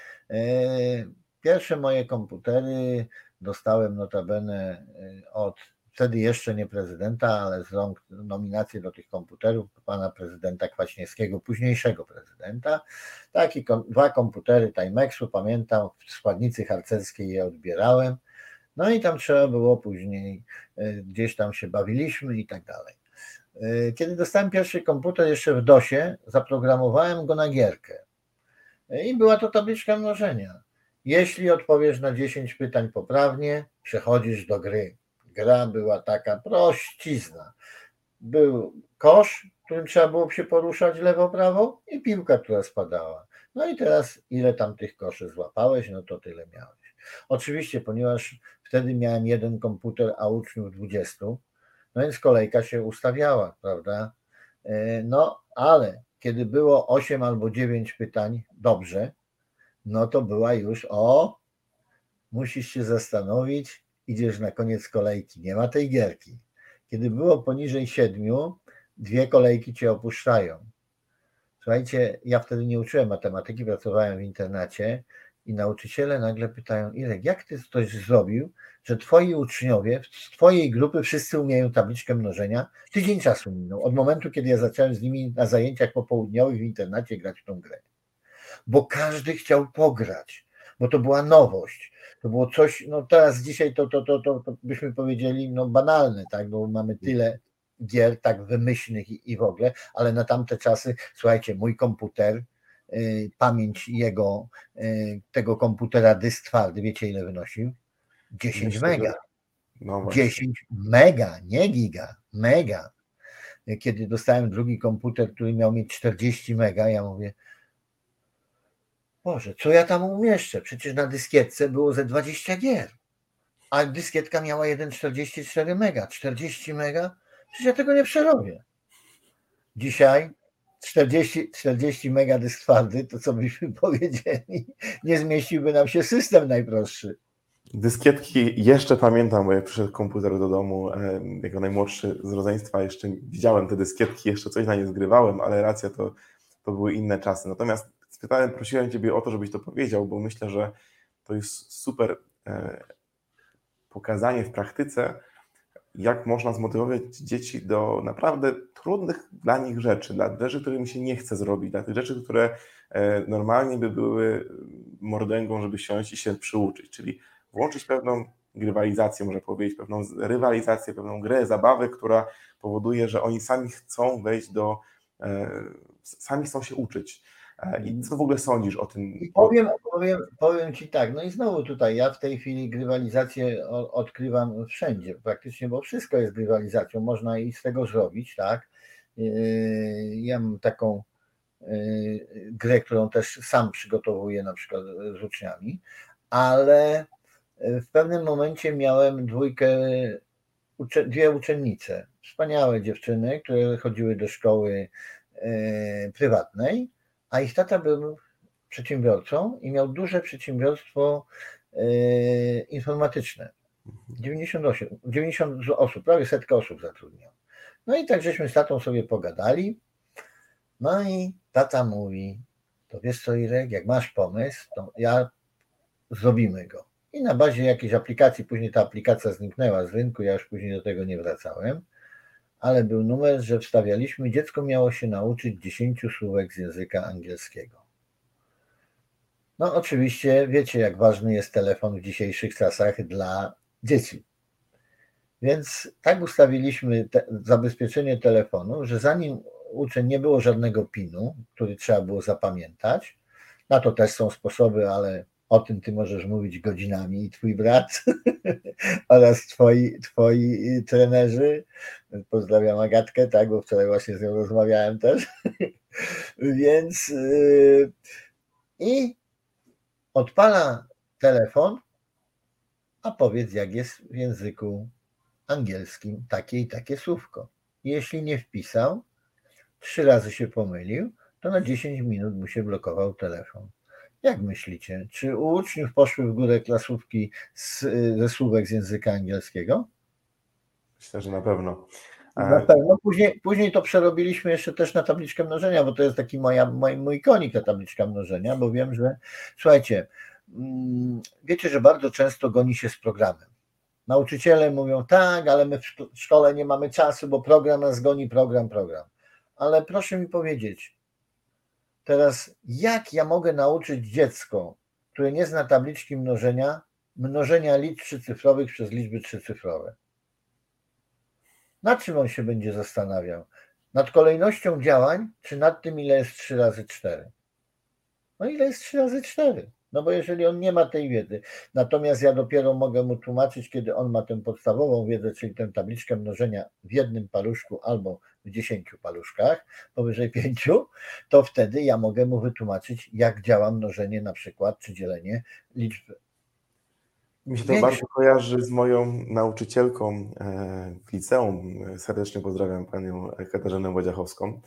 Pierwsze moje komputery dostałem notabene od wtedy jeszcze nie prezydenta, ale z rąk nominację do tych komputerów pana prezydenta Kwaśniewskiego, późniejszego prezydenta. Takie dwa komputery Timexu, pamiętam, w składnicy harcerskiej je odbierałem. No i tam trzeba było później, gdzieś tam się bawiliśmy i tak dalej. Kiedy dostałem pierwszy komputer jeszcze w dosie, zaprogramowałem go na gierkę. I była to tabliczka mnożenia. Jeśli odpowiesz na dziesięć pytań poprawnie, przechodzisz do gry. Gra była taka prościzna. Był kosz, którym trzeba było się poruszać lewo-prawo i piłka, która spadała. No i teraz ile tam tych koszy złapałeś, no to tyle miałeś. Oczywiście, ponieważ wtedy miałem jeden komputer, a uczniów dwudziestu, no więc kolejka się ustawiała, prawda? No, ale kiedy było osiem albo dziewięć pytań dobrze, no to była już o, musisz się zastanowić, idziesz na koniec kolejki, nie ma tej gierki. Kiedy było poniżej siedmiu, dwie kolejki cię opuszczają. Słuchajcie, ja wtedy nie uczyłem matematyki, pracowałem w internacie i nauczyciele nagle pytają, Irek, jak ty coś zrobił, że twoi uczniowie z twojej grupy wszyscy umieją tabliczkę mnożenia? Tydzień czasu minął, od momentu, kiedy ja zacząłem z nimi na zajęciach popołudniowych w internacie grać w tą grę. Bo każdy chciał pograć, bo to była nowość. To było coś, no teraz dzisiaj to, to, to, to, to byśmy powiedzieli, no banalne, tak, bo mamy tyle gier tak wymyślnych i, i w ogóle, ale na tamte czasy, słuchajcie, mój komputer, y, pamięć jego, y, tego komputera, dysk twardy, wiecie ile wynosił? dziesięć Myślę, mega. że... no dziesięć mega, nie giga, mega. Kiedy dostałem drugi komputer, który miał mieć czterdzieści mega, ja mówię, Boże, co ja tam umieszczę? Przecież na dyskietce było ze dwadzieścia gier, a dyskietka miała jeden przecinek czterdzieści cztery mega, czterdzieści mega, przecież ja tego nie przerobię. Dzisiaj czterdzieści, czterdzieści mega dysk twardy, to co byśmy powiedzieli, nie zmieściłby nam się system najprostszy. Dyskietki jeszcze pamiętam, bo jak przyszedł komputer do domu, e, jako najmłodszy z rodzeństwa, jeszcze widziałem te dyskietki, jeszcze coś na nie zgrywałem, ale racja, to, to były inne czasy. Natomiast spytałem, prosiłem Ciebie o to, żebyś to powiedział, bo myślę, że to jest super e, pokazanie w praktyce, jak można zmotywować dzieci do naprawdę trudnych dla nich rzeczy, dla rzeczy, których im się nie chce zrobić, dla tych rzeczy, które e, normalnie by były mordęgą, żeby siąść i się przyuczyć, czyli włączyć pewną grywalizację, można powiedzieć, pewną rywalizację, pewną grę, zabawę, która powoduje, że oni sami chcą wejść do, e, sami chcą się uczyć. E, I co w ogóle sądzisz o tym? I powiem, powiem, powiem Ci tak, no i znowu tutaj ja w tej chwili grywalizację odkrywam wszędzie praktycznie, bo wszystko jest grywalizacją, można i z tego zrobić, tak. Ja mam taką grę, którą też sam przygotowuję na przykład z uczniami, ale w pewnym momencie miałem dwójkę, dwie uczennice, wspaniałe dziewczyny, które chodziły do szkoły prywatnej, a ich tata był przedsiębiorcą i miał duże przedsiębiorstwo informatyczne. dziewięćdziesiąt osiem, dziewięćdziesiąt osób, prawie setkę osób zatrudniał. No i tak żeśmy z tatą sobie pogadali. No i tata mówi, to wiesz co, Irek, jak masz pomysł, to ja zrobimy go. I na bazie jakiejś aplikacji, później ta aplikacja zniknęła z rynku, ja już później do tego nie wracałem, ale był numer, że wstawialiśmy, dziecko miało się nauczyć dziesięciu słówek z języka angielskiego. No oczywiście wiecie, jak ważny jest telefon w dzisiejszych czasach dla dzieci. Więc tak ustawiliśmy te, zabezpieczenie telefonu, że zanim uczeń nie było żadnego pinu, który trzeba było zapamiętać, na to też są sposoby, ale o tym ty możesz mówić godzinami i twój brat oraz twoi, twoi trenerzy. Pozdrawiam Agatkę, tak, bo wczoraj właśnie z nią rozmawiałem też. Więc yy, i odpala telefon, a powiedz, jak jest w języku angielskim takie i takie słówko. Jeśli nie wpisał, trzy razy się pomylił, to na dziesięć minut mu się blokował telefon. Jak myślicie, czy u uczniów poszły w górę klasówki z, ze słówek z języka angielskiego? Myślę, że na pewno. Na pewno. Później, później to przerobiliśmy jeszcze też na tabliczkę mnożenia, bo to jest taki moja, mój, mój konik, ta tabliczka mnożenia, bo wiem, że słuchajcie, wiecie, że bardzo często goni się z programem. Nauczyciele mówią, tak, ale my w szkole nie mamy czasu, bo program nas goni, program, program. Ale proszę mi powiedzieć, teraz jak ja mogę nauczyć dziecko, które nie zna tabliczki mnożenia, mnożenia liczb trzycyfrowych przez liczby trzycyfrowe? Nad czym on się będzie zastanawiał? Nad kolejnością działań, czy nad tym, ile jest trzy razy cztery? No ile jest trzy razy cztery? No bo jeżeli on nie ma tej wiedzy, natomiast ja dopiero mogę mu tłumaczyć, kiedy on ma tę podstawową wiedzę, czyli tę tabliczkę mnożenia w jednym paluszku albo w dziesięciu paluszkach, powyżej pięciu, to wtedy ja mogę mu wytłumaczyć, jak działa mnożenie na przykład, czy dzielenie liczby. Mi się to Większy. bardzo kojarzy z moją nauczycielką w liceum. Serdecznie pozdrawiam panią Katarzynę Łodziachowską.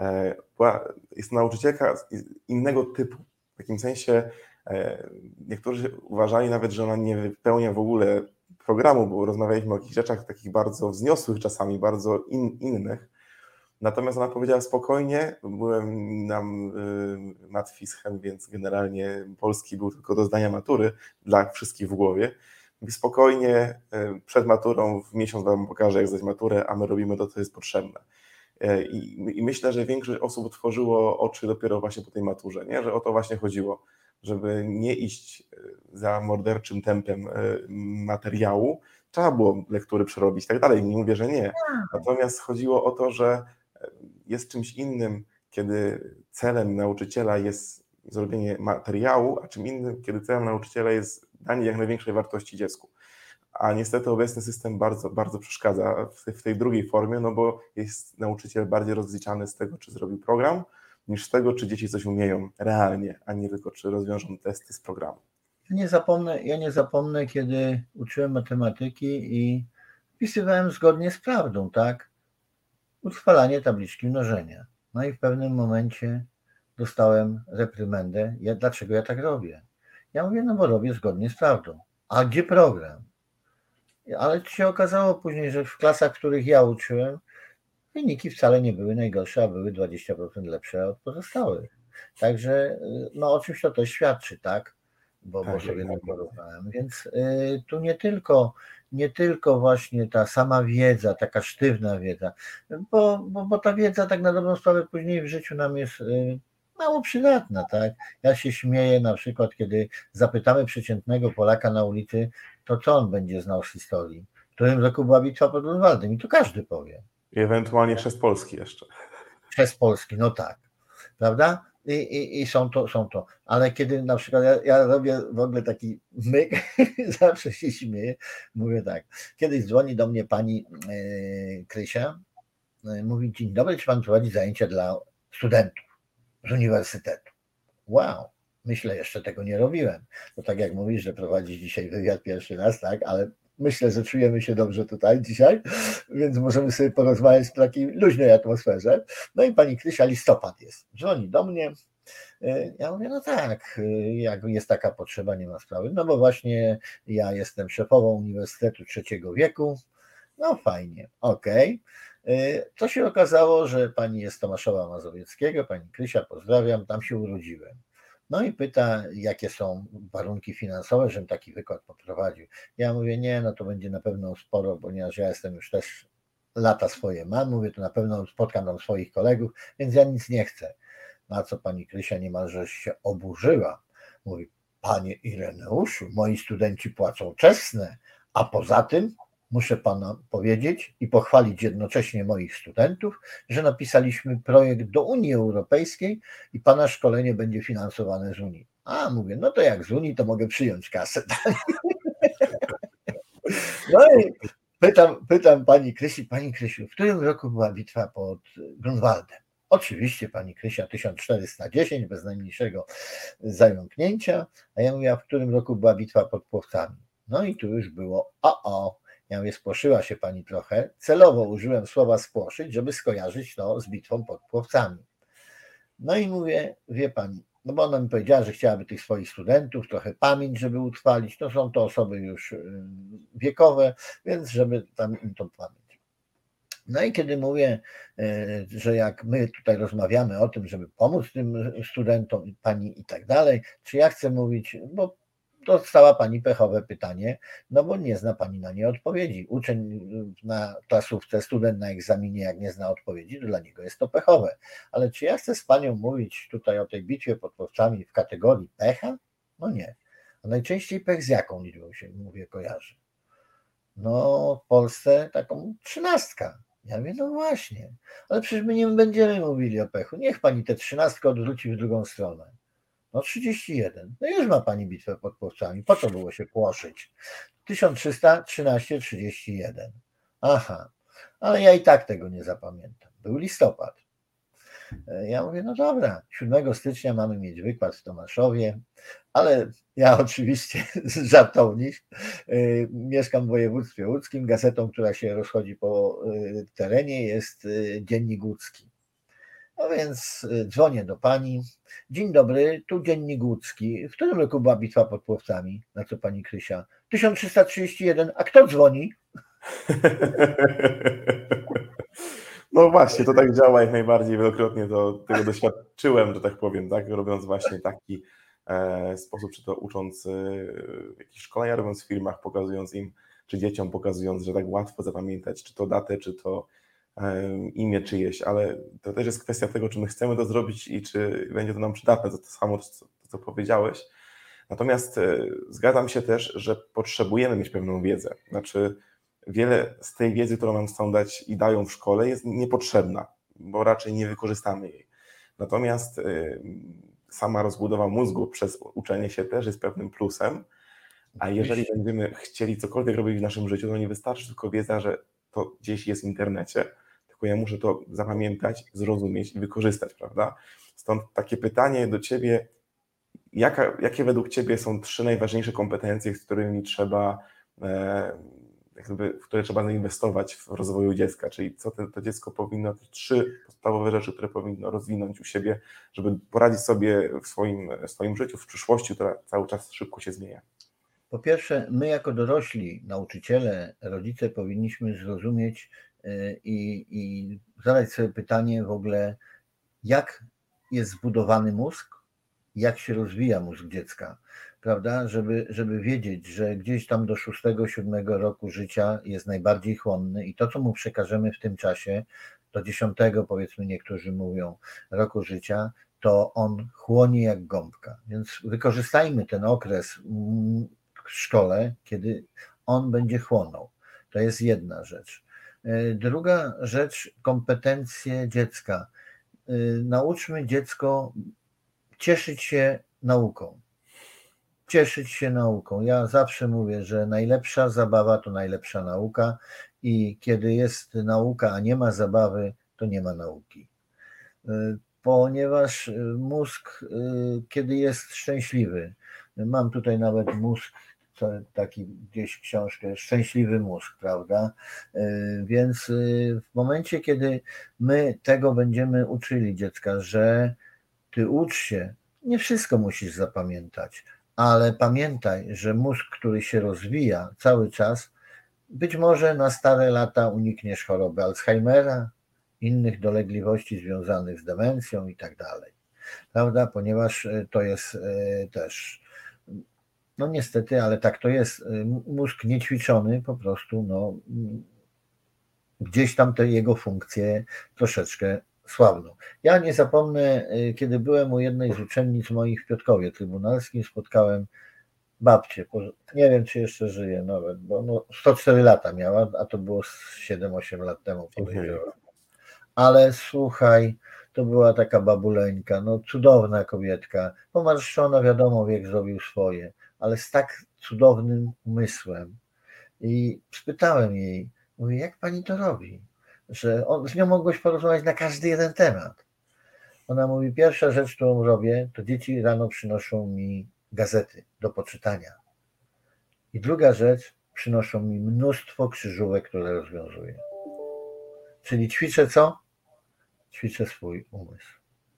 Jest nauczycielka innego typu. W takim sensie niektórzy uważali nawet, że ona nie wypełnia w ogóle programu, bo rozmawialiśmy o jakichś rzeczach takich bardzo wzniosłych czasami, bardzo in, innych. Natomiast ona powiedziała spokojnie, byłem na matwischem, więc generalnie polski był tylko do zdania matury dla wszystkich w głowie. I spokojnie przed maturą w miesiąc wam pokażę, jak zdać maturę, a my robimy to, co jest potrzebne. I, I myślę, że większość osób otworzyło oczy dopiero właśnie po tej maturze, nie? Że o to właśnie chodziło, żeby nie iść za morderczym tempem materiału. Trzeba było lektury przerobić i tak dalej, nie mówię, że nie. Natomiast chodziło o to, że jest czymś innym, kiedy celem nauczyciela jest zrobienie materiału, a czym innym, kiedy celem nauczyciela jest danie jak największej wartości dziecku. A niestety obecny system bardzo, bardzo przeszkadza w tej, w tej drugiej formie, no bo jest nauczyciel bardziej rozliczany z tego, czy zrobił program, niż z tego, czy dzieci coś umieją realnie, a nie tylko, czy rozwiążą testy z programu. Ja nie zapomnę, ja nie zapomnę, kiedy uczyłem matematyki i wpisywałem zgodnie z prawdą, tak? Utrwalanie tabliczki mnożenia. No i w pewnym momencie dostałem reprymendę. Ja, dlaczego ja tak robię? Ja mówię, no bo robię zgodnie z prawdą. A gdzie program? Ale się okazało później, że w klasach, w których ja uczyłem, wyniki wcale nie były najgorsze, a były dwadzieścia procent lepsze od pozostałych. Także no o czymś to też świadczy, tak? Bo, bo Tak, sobie jak to najbardziej. porównałem. Więc y, tu nie tylko, nie tylko właśnie ta sama wiedza, taka sztywna wiedza, bo, bo, bo ta wiedza tak na dobrą sprawę później w życiu nam jest y, mało przydatna, tak? Ja się śmieję na przykład, kiedy zapytamy przeciętnego Polaka na ulicy, to co on będzie znał z historii? W którym roku była bitwa pod Grunwaldem? I to każdy powie. I ewentualnie chrzest Polski jeszcze. Przez Polski, no tak, prawda? I, i, i są, to, są to. Ale kiedy na przykład ja, ja robię w ogóle taki myk, zawsze się śmieję, mówię tak, kiedyś dzwoni do mnie pani yy, Krysia, yy, mówi, dzień dobry, czy pan prowadzi zajęcia dla studentów z uniwersytetu? Wow, myślę, jeszcze tego nie robiłem. To tak jak mówisz, że prowadzisz dzisiaj wywiad pierwszy raz, tak, ale myślę, że czujemy się dobrze tutaj dzisiaj, więc możemy sobie porozmawiać w takiej luźnej atmosferze. No i pani Krysia, listopad jest, dzwoni do mnie. Ja mówię, no tak, jak jest taka potrzeba, nie ma sprawy. No bo właśnie ja jestem szefową Uniwersytetu Trzeciego Wieku. No fajnie, okej. Okay. To się okazało, że pani jest z Tomaszowa Mazowieckiego, pani Krysia, pozdrawiam, tam się urodziłem. No i pyta, jakie są warunki finansowe, żebym taki wykład poprowadził. Ja mówię, nie, no to będzie na pewno sporo, ponieważ ja jestem już też lata swoje mam, mówię, to na pewno spotkam tam swoich kolegów, więc ja nic nie chcę. Na co pani Krysia niemalże się oburzyła. Mówi, panie Ireneuszu, moi studenci płacą czesne, a poza tym muszę pana powiedzieć i pochwalić jednocześnie moich studentów, że napisaliśmy projekt do Unii Europejskiej i pana szkolenie będzie finansowane z Unii. A, mówię, no to jak z Unii, to mogę przyjąć kasę. No i pytam, pytam pani Krysi, pani Krysiu, w którym roku była bitwa pod Grunwaldem? Oczywiście pani Krysia tysiąc czterysta dziesięć, bez najmniejszego zająknięcia, a ja mówię, a w którym roku była bitwa pod Płowcami? No i tu już było o o. Ja mówię, spłoszyła się pani trochę. Celowo użyłem słowa spłoszyć, żeby skojarzyć to z bitwą pod Płowcami. No i mówię, wie pani, no bo ona mi powiedziała, że chciałaby tych swoich studentów, trochę pamięć, żeby utrwalić. To są to osoby już wiekowe, więc żeby tam im tą pamięć. No i kiedy mówię, że jak my tutaj rozmawiamy o tym, żeby pomóc tym studentom, pani i tak dalej, czy ja chcę mówić, bo dostała pani pechowe pytanie, no bo nie zna pani na nie odpowiedzi. Uczeń na klasówce, student na egzaminie, jak nie zna odpowiedzi, to dla niego jest to pechowe. Ale czy ja chcę z panią mówić tutaj o tej bitwie pod Płowcami w kategorii pecha? No nie. A najczęściej pech z jaką liczbą się, mówię, kojarzy? No w Polsce taką trzynastka. Ja mówię, no właśnie, ale przecież my nie będziemy mówili o pechu. Niech pani tę trzynastkę odwróci w drugą stronę. No trzydzieści jeden. No już ma pani bitwę pod Płowcami. Po co było się płoszyć? tysiąc trzysta trzynaście trzydzieści jeden. Aha, ale ja i tak tego nie zapamiętam. Był listopad. Ja mówię, no dobra, siódmego stycznia mamy mieć wykład w Tomaszowie, ale ja oczywiście żartownik, mieszkam w województwie łódzkim, gazetą, która się rozchodzi po terenie, jest Dziennik Łódzki. No więc dzwonię do pani. Dzień dobry, tu Dziennik Łódzki. W którym roku była bitwa pod Płowcami? Na co pani Krysia? tysiąc trzysta trzydzieści jeden. A kto dzwoni? No właśnie, to tak działa jak najbardziej. Wielokrotnie to, tego doświadczyłem, że tak powiem, tak? Robiąc właśnie taki e, sposób, czy to ucząc e, jakieś szkolenia, robiąc w firmach, pokazując im, czy dzieciom pokazując, że tak łatwo zapamiętać, czy to datę, czy to imię czyjeś, ale to też jest kwestia tego, czy my chcemy to zrobić i czy będzie to nam przydatne, to, to samo, co, co powiedziałeś. Natomiast e, zgadzam się też, że potrzebujemy mieć pewną wiedzę. Znaczy wiele z tej wiedzy, którą nam chcą dać i dają w szkole, jest niepotrzebna, bo raczej nie wykorzystamy jej. Natomiast e, sama rozbudowa mózgu przez uczenie się też jest pewnym plusem, a jeżeli będziemy chcieli cokolwiek robić w naszym życiu, to nie wystarczy tylko wiedza, że to gdzieś jest w internecie, tylko ja muszę to zapamiętać, zrozumieć i wykorzystać, prawda? Stąd takie pytanie do Ciebie, jaka, jakie według Ciebie są trzy najważniejsze kompetencje, z którymi trzeba, e, jakby, w które trzeba zainwestować w rozwoju dziecka, czyli co to, to dziecko powinno, te trzy podstawowe rzeczy, które powinno rozwinąć u siebie, żeby poradzić sobie w swoim, w swoim życiu, w przyszłości, która cały czas szybko się zmienia. Po pierwsze, my jako dorośli, nauczyciele, rodzice powinniśmy zrozumieć i, i zadać sobie pytanie w ogóle, jak jest zbudowany mózg, jak się rozwija mózg dziecka, prawda, żeby, żeby wiedzieć, że gdzieś tam do szóstego, siódmego roku życia jest najbardziej chłonny i to, co mu przekażemy w tym czasie, do dziesiątego, powiedzmy niektórzy mówią, roku życia, to on chłonie jak gąbka. Więc wykorzystajmy ten okres w szkole, kiedy on będzie chłonął. To jest jedna rzecz. Druga rzecz, kompetencje dziecka. Nauczmy dziecko cieszyć się nauką. Cieszyć się nauką. Ja zawsze mówię, że najlepsza zabawa to najlepsza nauka i kiedy jest nauka, a nie ma zabawy, to nie ma nauki. Ponieważ mózg, kiedy jest szczęśliwy, mam tutaj nawet mózg, taki gdzieś książkę, Szczęśliwy mózg, prawda? Więc w momencie, kiedy my tego będziemy uczyli dziecka, że ty ucz się, nie wszystko musisz zapamiętać, ale pamiętaj, że mózg, który się rozwija cały czas, być może na stare lata unikniesz choroby Alzheimera, innych dolegliwości związanych z demencją i tak dalej, prawda? Ponieważ to jest też, no niestety, ale tak to jest, mózg niećwiczony po prostu, no gdzieś tam te jego funkcje troszeczkę słabną. Ja nie zapomnę, kiedy byłem u jednej z uczennic moich w Piotrkowie Trybunalskim, spotkałem babcię, nie wiem, czy jeszcze żyje nawet, bo no sto cztery lata miała, a to było siedem osiem lat temu, podejrzewam. Ale słuchaj, to była taka babuleńka, no cudowna kobietka, pomarszczona, wiadomo, wiek zrobił swoje, ale z tak cudownym umysłem. I spytałem jej, mówię, jak pani to robi? Że on, z nią mogłeś porozmawiać na każdy jeden temat. Ona mówi, pierwsza rzecz, którą robię, to dzieci rano przynoszą mi gazety do poczytania. I druga rzecz, przynoszą mi mnóstwo krzyżówek, które rozwiązuję. Czyli ćwiczę co? Ćwiczę swój umysł.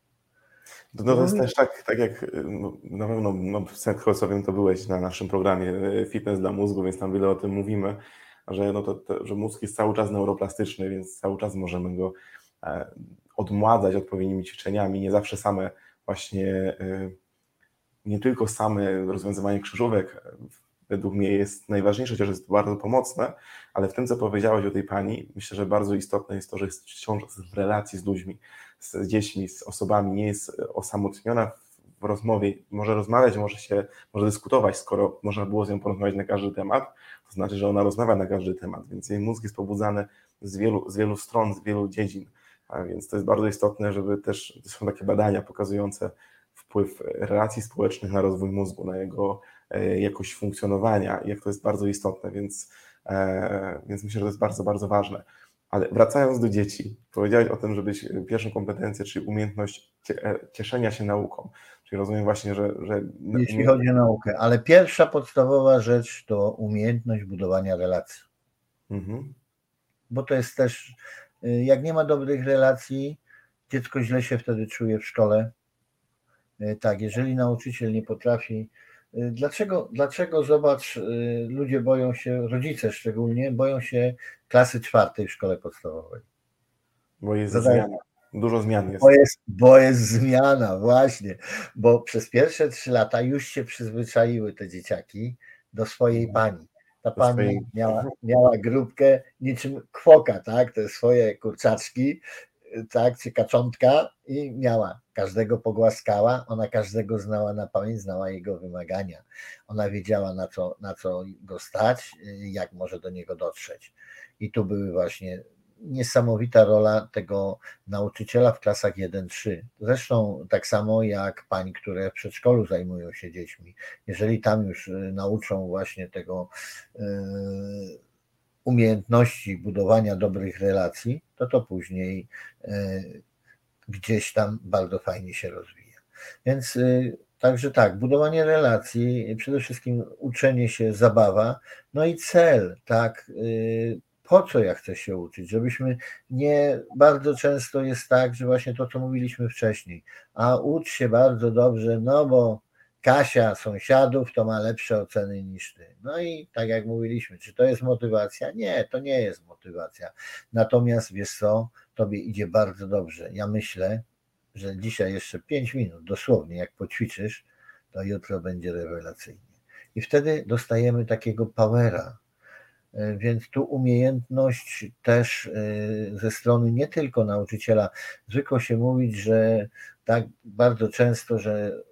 No to jest też tak, tak jak no, na pewno no, z to byłeś na naszym programie Fitness dla mózgu, więc tam wiele o tym mówimy, że, no to, to, że mózg jest cały czas neuroplastyczny, więc cały czas możemy go e, odmładzać odpowiednimi ćwiczeniami, nie zawsze same właśnie, e, nie tylko same rozwiązywanie krzyżówek według mnie jest najważniejsze, chociaż jest bardzo pomocne, ale w tym, co powiedziałaś o tej pani, myślę, że bardzo istotne jest to, że jest wciąż w relacji z ludźmi, z dziećmi, z osobami, nie jest osamotniona w rozmowie, może rozmawiać, może się, może dyskutować, skoro można było z nią porozmawiać na każdy temat, to znaczy, że ona rozmawia na każdy temat, więc jej mózg jest pobudzany z wielu, z wielu stron, z wielu dziedzin, a więc to jest bardzo istotne, żeby też, to są takie badania pokazujące wpływ relacji społecznych na rozwój mózgu, na jego jakość funkcjonowania, jak to jest bardzo istotne, więc, e, więc myślę, że to jest bardzo, bardzo ważne. Ale wracając do dzieci, powiedziałeś o tym, żebyś pierwszą kompetencję, czyli umiejętność cieszenia się nauką, czyli rozumiem właśnie, że... że Jeśli chodzi o naukę, ale pierwsza podstawowa rzecz to umiejętność budowania relacji. Mhm. Bo to jest też, jak nie ma dobrych relacji, dziecko źle się wtedy czuje w szkole. Tak, jeżeli nauczyciel nie potrafi. Dlaczego, dlaczego, zobacz, ludzie boją się, rodzice szczególnie, boją się klasy czwartej w szkole podstawowej? Bo jest Zadaję, zmiana, dużo zmian jest. Bo jest. Bo jest zmiana, właśnie, bo przez pierwsze trzy lata już się przyzwyczaiły te dzieciaki do swojej mhm. pani. Ta do pani swojej... miała, miała grupkę niczym kwoka, tak, te swoje kurczaczki, tak, czy kaczątka i miała, każdego pogłaskała, ona każdego znała na pamięć, znała jego wymagania. Ona wiedziała, na co, na co go stać, jak może do niego dotrzeć. I tu były właśnie niesamowita rola tego nauczyciela w klasach jeden trzy. Zresztą tak samo jak pań, które w przedszkolu zajmują się dziećmi. Jeżeli tam już nauczą właśnie tego yy, umiejętności budowania dobrych relacji, to to później gdzieś tam bardzo fajnie się rozwija. Więc także tak, budowanie relacji, przede wszystkim uczenie się, zabawa, no i cel, tak, po co ja chcę się uczyć, żebyśmy nie, bardzo często jest tak, że właśnie to, co mówiliśmy wcześniej, a ucz się bardzo dobrze, no bo Kasia sąsiadów to ma lepsze oceny niż ty. No i tak jak mówiliśmy, czy to jest motywacja? Nie, to nie jest motywacja. Natomiast wiesz co, tobie idzie bardzo dobrze. Ja myślę, że dzisiaj jeszcze pięć minut, dosłownie, jak poćwiczysz, to jutro będzie rewelacyjnie. I wtedy dostajemy takiego powera. Więc tu umiejętność też ze strony nie tylko nauczyciela. Zwykło się mówić, że tak bardzo często, że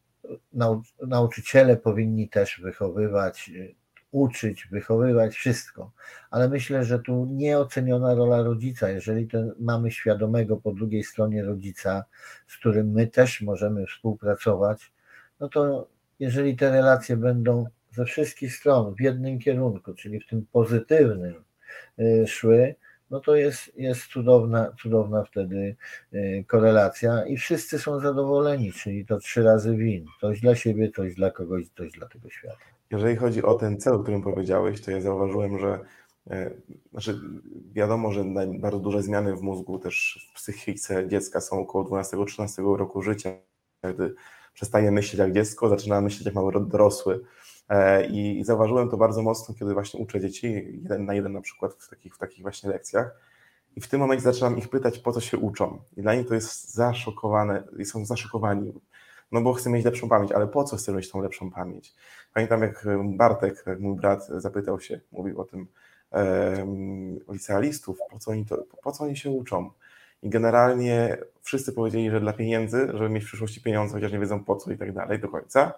nauczyciele powinni też wychowywać, uczyć, wychowywać wszystko, ale myślę, że tu nieoceniona rola rodzica, jeżeli ten mamy świadomego po drugiej stronie rodzica, z którym my też możemy współpracować, no to jeżeli te relacje będą ze wszystkich stron w jednym kierunku, czyli w tym pozytywnym szły, no to jest, jest cudowna, cudowna wtedy korelacja i wszyscy są zadowoleni, czyli to trzy razy win. Coś dla siebie, coś dla kogoś, coś dla tego świata. Jeżeli chodzi o ten cel, o którym powiedziałeś, to ja zauważyłem, że e, znaczy wiadomo, że bardzo duże zmiany w mózgu też w psychice dziecka są około dwunastego trzynastego roku życia, gdy przestaje myśleć jak dziecko, zaczyna myśleć jak mały dorosły. I zauważyłem to bardzo mocno, kiedy właśnie uczę dzieci, jeden na jeden na przykład w takich, w takich właśnie lekcjach. I w tym momencie zaczynam ich pytać, po co się uczą. I dla nich to jest zaszokowane, i są zaszokowani. No bo chcę mieć lepszą pamięć, ale po co chcę mieć tą lepszą pamięć? Pamiętam, jak Bartek, jak mój brat, zapytał się, mówił o tym um, licealistów, po co, oni to, po co oni się uczą? I generalnie wszyscy powiedzieli, że dla pieniędzy, żeby mieć w przyszłości pieniądze, chociaż nie wiedzą po co i tak dalej do końca.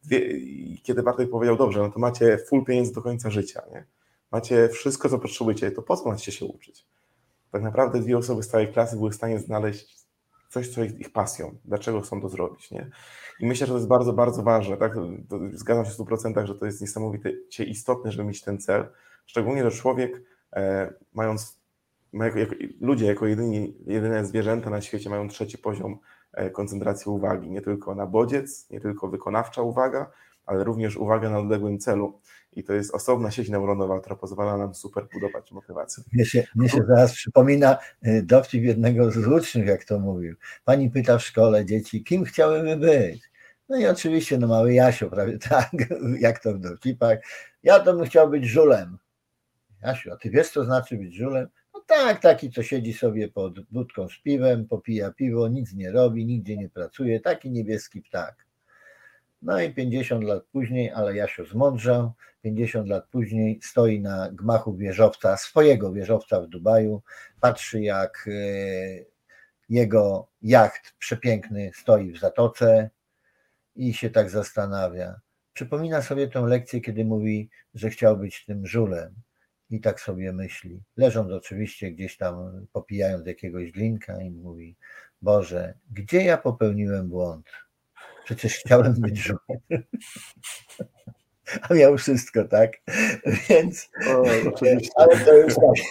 I kiedy Bartek powiedział, dobrze, no to macie full pieniędzy do końca życia, nie? Macie wszystko, co potrzebujecie, to po co macie się uczyć? Tak naprawdę dwie osoby z całej klasy były w stanie znaleźć coś, co jest ich pasją, dlaczego chcą to zrobić, nie? I myślę, że to jest bardzo, bardzo ważne, tak? To zgadzam się w stu procentach, że to jest niesamowicie istotne, żeby mieć ten cel, szczególnie, że człowiek e, mając, jako, jako, ludzie jako jedyni, jedyne zwierzęta na świecie mają trzeci poziom e, koncentracji uwagi, nie tylko na bodziec, nie tylko wykonawcza uwaga, ale również uwaga na odległym celu. I to jest osobna sieć neuronowa, która pozwala nam super budować motywację. Mnie się, mnie się zaraz przypomina dowcip jednego z uczniów, jak to mówił. Pani pyta w szkole dzieci, kim chciałyby być? No i oczywiście, no mały Jasio, prawie tak, jak to w dowcipach. Ja to bym chciał być żulem. Jasiu, a ty wiesz, co znaczy być żulem? No tak, taki, co siedzi sobie pod budką z piwem, popija piwo, nic nie robi, nigdzie nie pracuje, taki niebieski ptak. No i pięćdziesiąt lat później, ale Jasio zmądrzał, pięćdziesiąt lat później stoi na gmachu wieżowca, swojego wieżowca w Dubaju, patrzy jak jego jacht przepiękny stoi w zatoce i się tak zastanawia. Przypomina sobie tę lekcję, kiedy mówi, że chciał być tym żulem i tak sobie myśli, leżąc oczywiście gdzieś tam, popijając jakiegoś drinka i mówi, Boże, gdzie ja popełniłem błąd? Przecież chciałem być żulem. A miał wszystko, tak? Więc. O, oczywiście. Ale to już tak.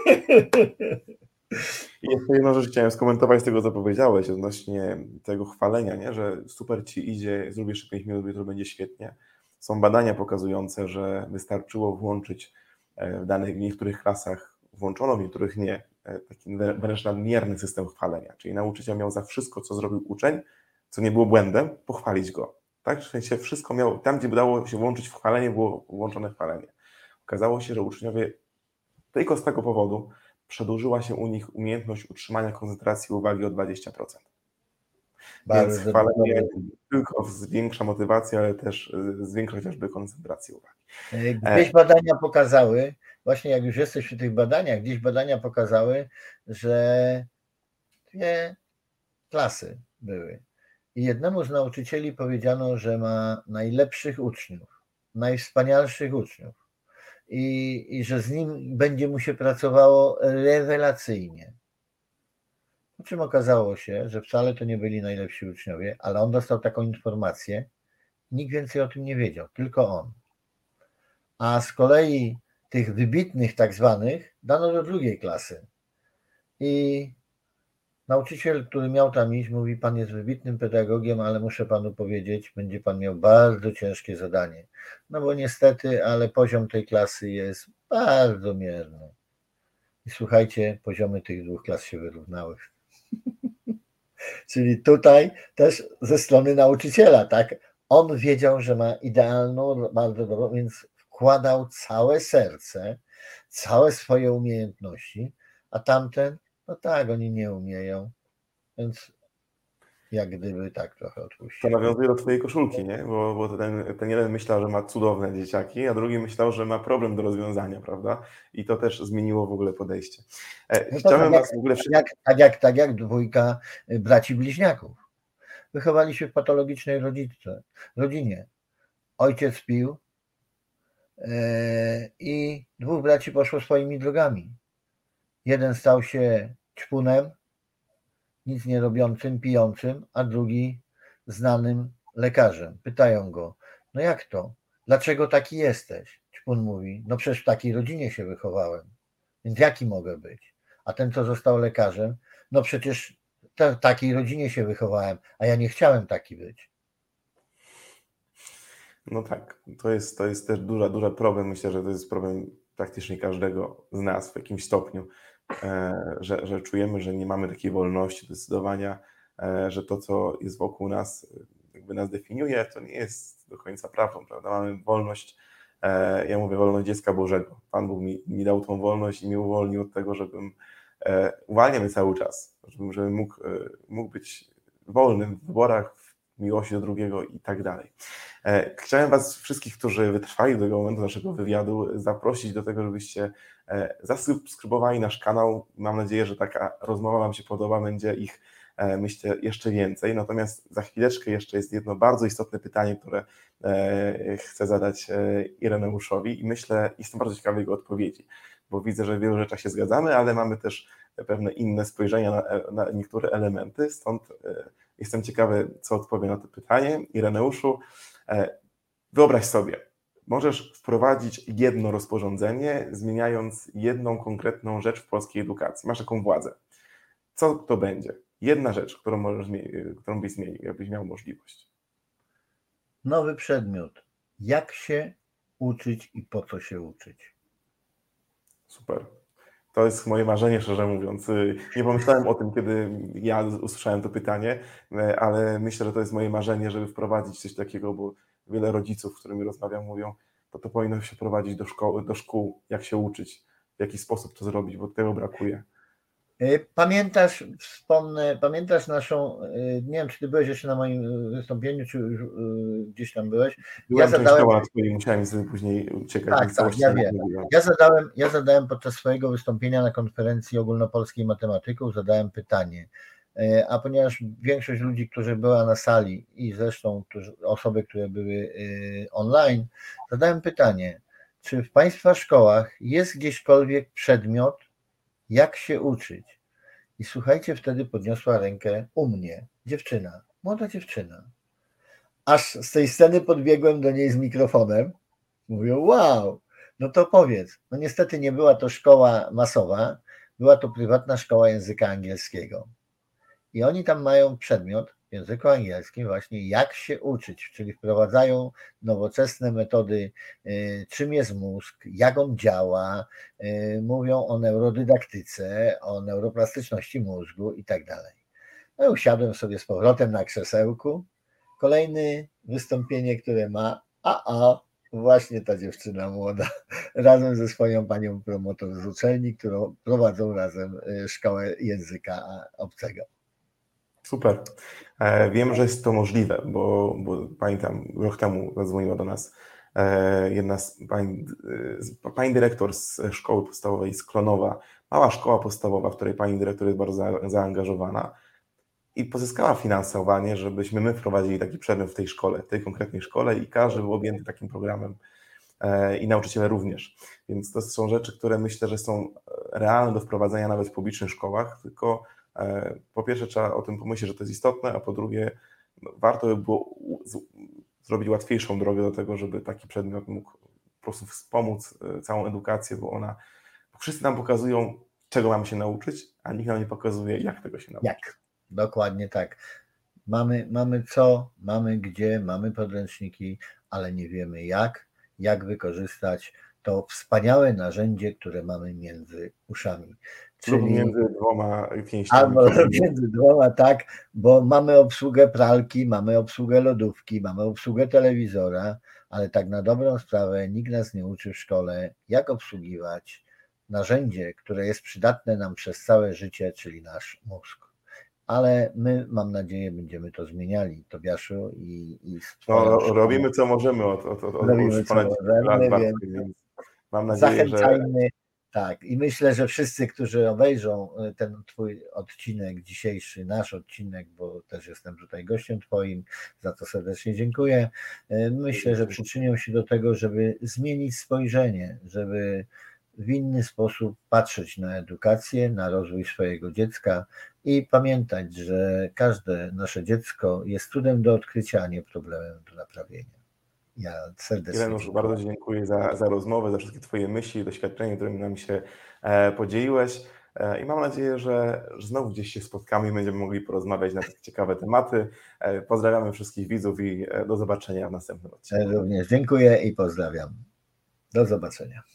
I jeszcze jedną rzecz chciałem skomentować z tego, co powiedziałeś odnośnie tego chwalenia, nie? Że super ci idzie, zrobisz jeszcze pięć minut, jutro będzie świetnie. Są badania pokazujące, że wystarczyło włączyć w danych, w niektórych klasach włączono, w niektórych nie, taki wręcz nadmierny system chwalenia. Czyli nauczyciel miał za wszystko, co zrobił uczeń, co nie było błędem, pochwalić go. Tak? W sensie wszystko miało, tam gdzie udało się włączyć w chwalenie, było włączone chwalenie. Okazało się, że uczniowie tylko z tego powodu przedłużyła się u nich umiejętność utrzymania koncentracji uwagi o dwadzieścia procent. Więc chwalenie tylko zwiększa motywację, ale też zwiększa chociażby koncentrację uwagi. Gdzieś badania pokazały, właśnie jak już jesteś przy tych badaniach, gdzieś badania pokazały, że dwie klasy były. I jednemu z nauczycieli powiedziano, że ma najlepszych uczniów, najwspanialszych uczniów i, i że z nim będzie mu się pracowało rewelacyjnie. Po czym okazało się, że wcale to nie byli najlepsi uczniowie, ale on dostał taką informację, nikt więcej o tym nie wiedział, tylko on. A z kolei tych wybitnych tak zwanych dano do drugiej klasy. I Nauczyciel, który miał tam iść, mówi: pan jest wybitnym pedagogiem, ale muszę panu powiedzieć, będzie pan miał bardzo ciężkie zadanie. No bo niestety, ale poziom tej klasy jest bardzo mierny. I słuchajcie, poziomy tych dwóch klas się wyrównały. Czyli tutaj też ze strony nauczyciela, tak? On wiedział, że ma idealną, bardzo dobrą, więc wkładał całe serce, całe swoje umiejętności, a tamten, no tak, oni nie umieją, więc jak gdyby tak trochę To odpuścił. nawiązuje do twojej koszulki, nie? Bo, bo ten, ten jeden myślał, że ma cudowne dzieciaki, a drugi myślał, że ma problem do rozwiązania, prawda? I to też zmieniło w ogóle podejście. E, No to tak chciałem jak, was w ogóle tak wszystkich... jak, tak jak, tak jak dwójka braci bliźniaków. Wychowali się w patologicznej rodzice, rodzinie. Ojciec pił e, i dwóch braci poszło swoimi drogami. Jeden stał się ćpunem, nic nie robiącym, pijącym, a drugi znanym lekarzem. Pytają go: no jak to? Dlaczego taki jesteś? Ćpun mówi: no przecież w takiej rodzinie się wychowałem, więc jaki mogę być? A ten, co został lekarzem: no przecież w takiej rodzinie się wychowałem, a ja nie chciałem taki być. No tak, to jest, to jest też duża, duża problem. Myślę, że to jest problem praktycznie każdego z nas w jakimś stopniu, e, że, że czujemy, że nie mamy takiej wolności decydowania, e, że to, co jest wokół nas, jakby nas definiuje, to nie jest do końca prawdą, prawda? Mamy wolność, e, ja mówię wolność dziecka Bożego. Pan Bóg mi, mi dał tą wolność i mnie uwolnił od tego, żebym, e, uwalnia mnie cały czas, żebym, żebym mógł, e, mógł być wolnym w wyborach, w miłości do drugiego i tak dalej. E, Chciałem Was wszystkich, którzy wytrwali do tego momentu naszego wywiadu, zaprosić do tego, żebyście e, zasubskrybowali nasz kanał. Mam nadzieję, że taka rozmowa Wam się podoba, będzie ich, e, myślę, jeszcze więcej. Natomiast za chwileczkę jeszcze jest jedno bardzo istotne pytanie, które e, chcę zadać e, Ireneuszowi i myślę, jestem bardzo ciekawy jego odpowiedzi, bo widzę, że w wielu rzeczach się zgadzamy, ale mamy też pewne inne spojrzenia na, na niektóre elementy, stąd e, jestem ciekawy, co odpowie na to pytanie. Ireneuszu, wyobraź sobie, możesz wprowadzić jedno rozporządzenie, zmieniając jedną konkretną rzecz w polskiej edukacji. Masz taką władzę. Co to będzie? Jedna rzecz, którą, możesz, którą byś zmienił, jakbyś miał możliwość. Nowy przedmiot. Jak się uczyć i po co się uczyć? Super. To jest moje marzenie, szczerze mówiąc. Nie pomyślałem o tym, kiedy ja usłyszałem to pytanie, ale myślę, że to jest moje marzenie, żeby wprowadzić coś takiego, bo wiele rodziców, z którymi rozmawiam, mówią, to to powinno się prowadzić do szkoły, do szkół, jak się uczyć, w jaki sposób to zrobić, bo tego brakuje. Pamiętasz, wspomnę, pamiętasz naszą, nie wiem, czy ty byłeś jeszcze na moim wystąpieniu, czy już gdzieś tam byłeś. Byłem ja częściowo zadałem... na twoim, musiałem sobie później uciekać. Tak, więc tak, ja wiem. Ja zadałem, ja zadałem podczas swojego wystąpienia na konferencji ogólnopolskiej matematyków, zadałem pytanie, a ponieważ większość ludzi, którzy była na sali i zresztą osoby, które były online, zadałem pytanie, czy w Państwa szkołach jest gdzieśkolwiek przedmiot, jak się uczyć? I słuchajcie, wtedy podniosła rękę u mnie dziewczyna, młoda dziewczyna. Aż z tej sceny podbiegłem do niej z mikrofonem. Mówię: wow, no to powiedz. No niestety nie była to szkoła masowa, była to prywatna szkoła języka angielskiego. I oni tam mają przedmiot w języku angielskim właśnie jak się uczyć, czyli wprowadzają nowoczesne metody, czym jest mózg, jak on działa, mówią o neurodydaktyce, o neuroplastyczności mózgu i tak dalej. No i usiadłem sobie z powrotem na krzesełku. Kolejne wystąpienie, które ma, a a właśnie ta dziewczyna młoda, razem ze swoją panią promotor z uczelni, którą prowadzą razem szkołę języka obcego. Super. Wiem, że jest to możliwe, bo, bo pamiętam, rok temu zadzwoniła do nas jedna z pani, pani dyrektor z szkoły podstawowej z Klonowa, mała szkoła podstawowa, w której pani dyrektor jest bardzo zaangażowana i pozyskała finansowanie, żebyśmy my wprowadzili taki przedmiot w tej szkole, w tej konkretnej szkole i każdy był objęty takim programem i nauczyciele również. Więc to są rzeczy, które myślę, że są realne do wprowadzenia nawet w publicznych szkołach, tylko po pierwsze trzeba o tym pomyśleć, że to jest istotne, a po drugie no, warto by było zrobić łatwiejszą drogę do tego, żeby taki przedmiot mógł po prostu wspomóc całą edukację, bo ona, bo wszyscy nam pokazują, czego mamy się nauczyć, a nikt nam nie pokazuje, jak tego się nauczyć. Jak? Dokładnie tak. Mamy, mamy co, mamy gdzie, mamy podręczniki, ale nie wiemy jak, jak wykorzystać to wspaniałe narzędzie, które mamy między uszami. Lub Czyli między dwoma pięściami. albo między dwoma, tak, bo mamy obsługę pralki, mamy obsługę lodówki, mamy obsługę telewizora, ale tak na dobrą sprawę nikt nas nie uczy w szkole, jak obsługiwać narzędzie, które jest przydatne nam przez całe życie, czyli nasz mózg. Ale my, mam nadzieję, będziemy to zmieniali, Tobiaszu, i, i no, robimy co możemy od, od, od, od robimy już ponad co lat, możemy, Bartek, więc więc mam nadzieję, zachęcajmy. że Tak, i myślę, że wszyscy, którzy obejrzą ten twój odcinek dzisiejszy, nasz odcinek, bo też jestem tutaj gościem twoim, za to serdecznie dziękuję. Myślę, że przyczynią się do tego, żeby zmienić spojrzenie, żeby w inny sposób patrzeć na edukację, na rozwój swojego dziecka i pamiętać, że każde nasze dziecko jest cudem do odkrycia, a nie problemem do naprawienia. Ja serdecznie Ireneuszu, bardzo dziękuję za, za rozmowę, za wszystkie twoje myśli, doświadczenia, którymi nam się e, podzieliłeś e, i mam nadzieję, że, że znowu gdzieś się spotkamy i będziemy mogli porozmawiać na takie ciekawe tematy. E, pozdrawiamy wszystkich widzów i e, do zobaczenia w następnym odcinku. Również dziękuję i pozdrawiam. Do zobaczenia.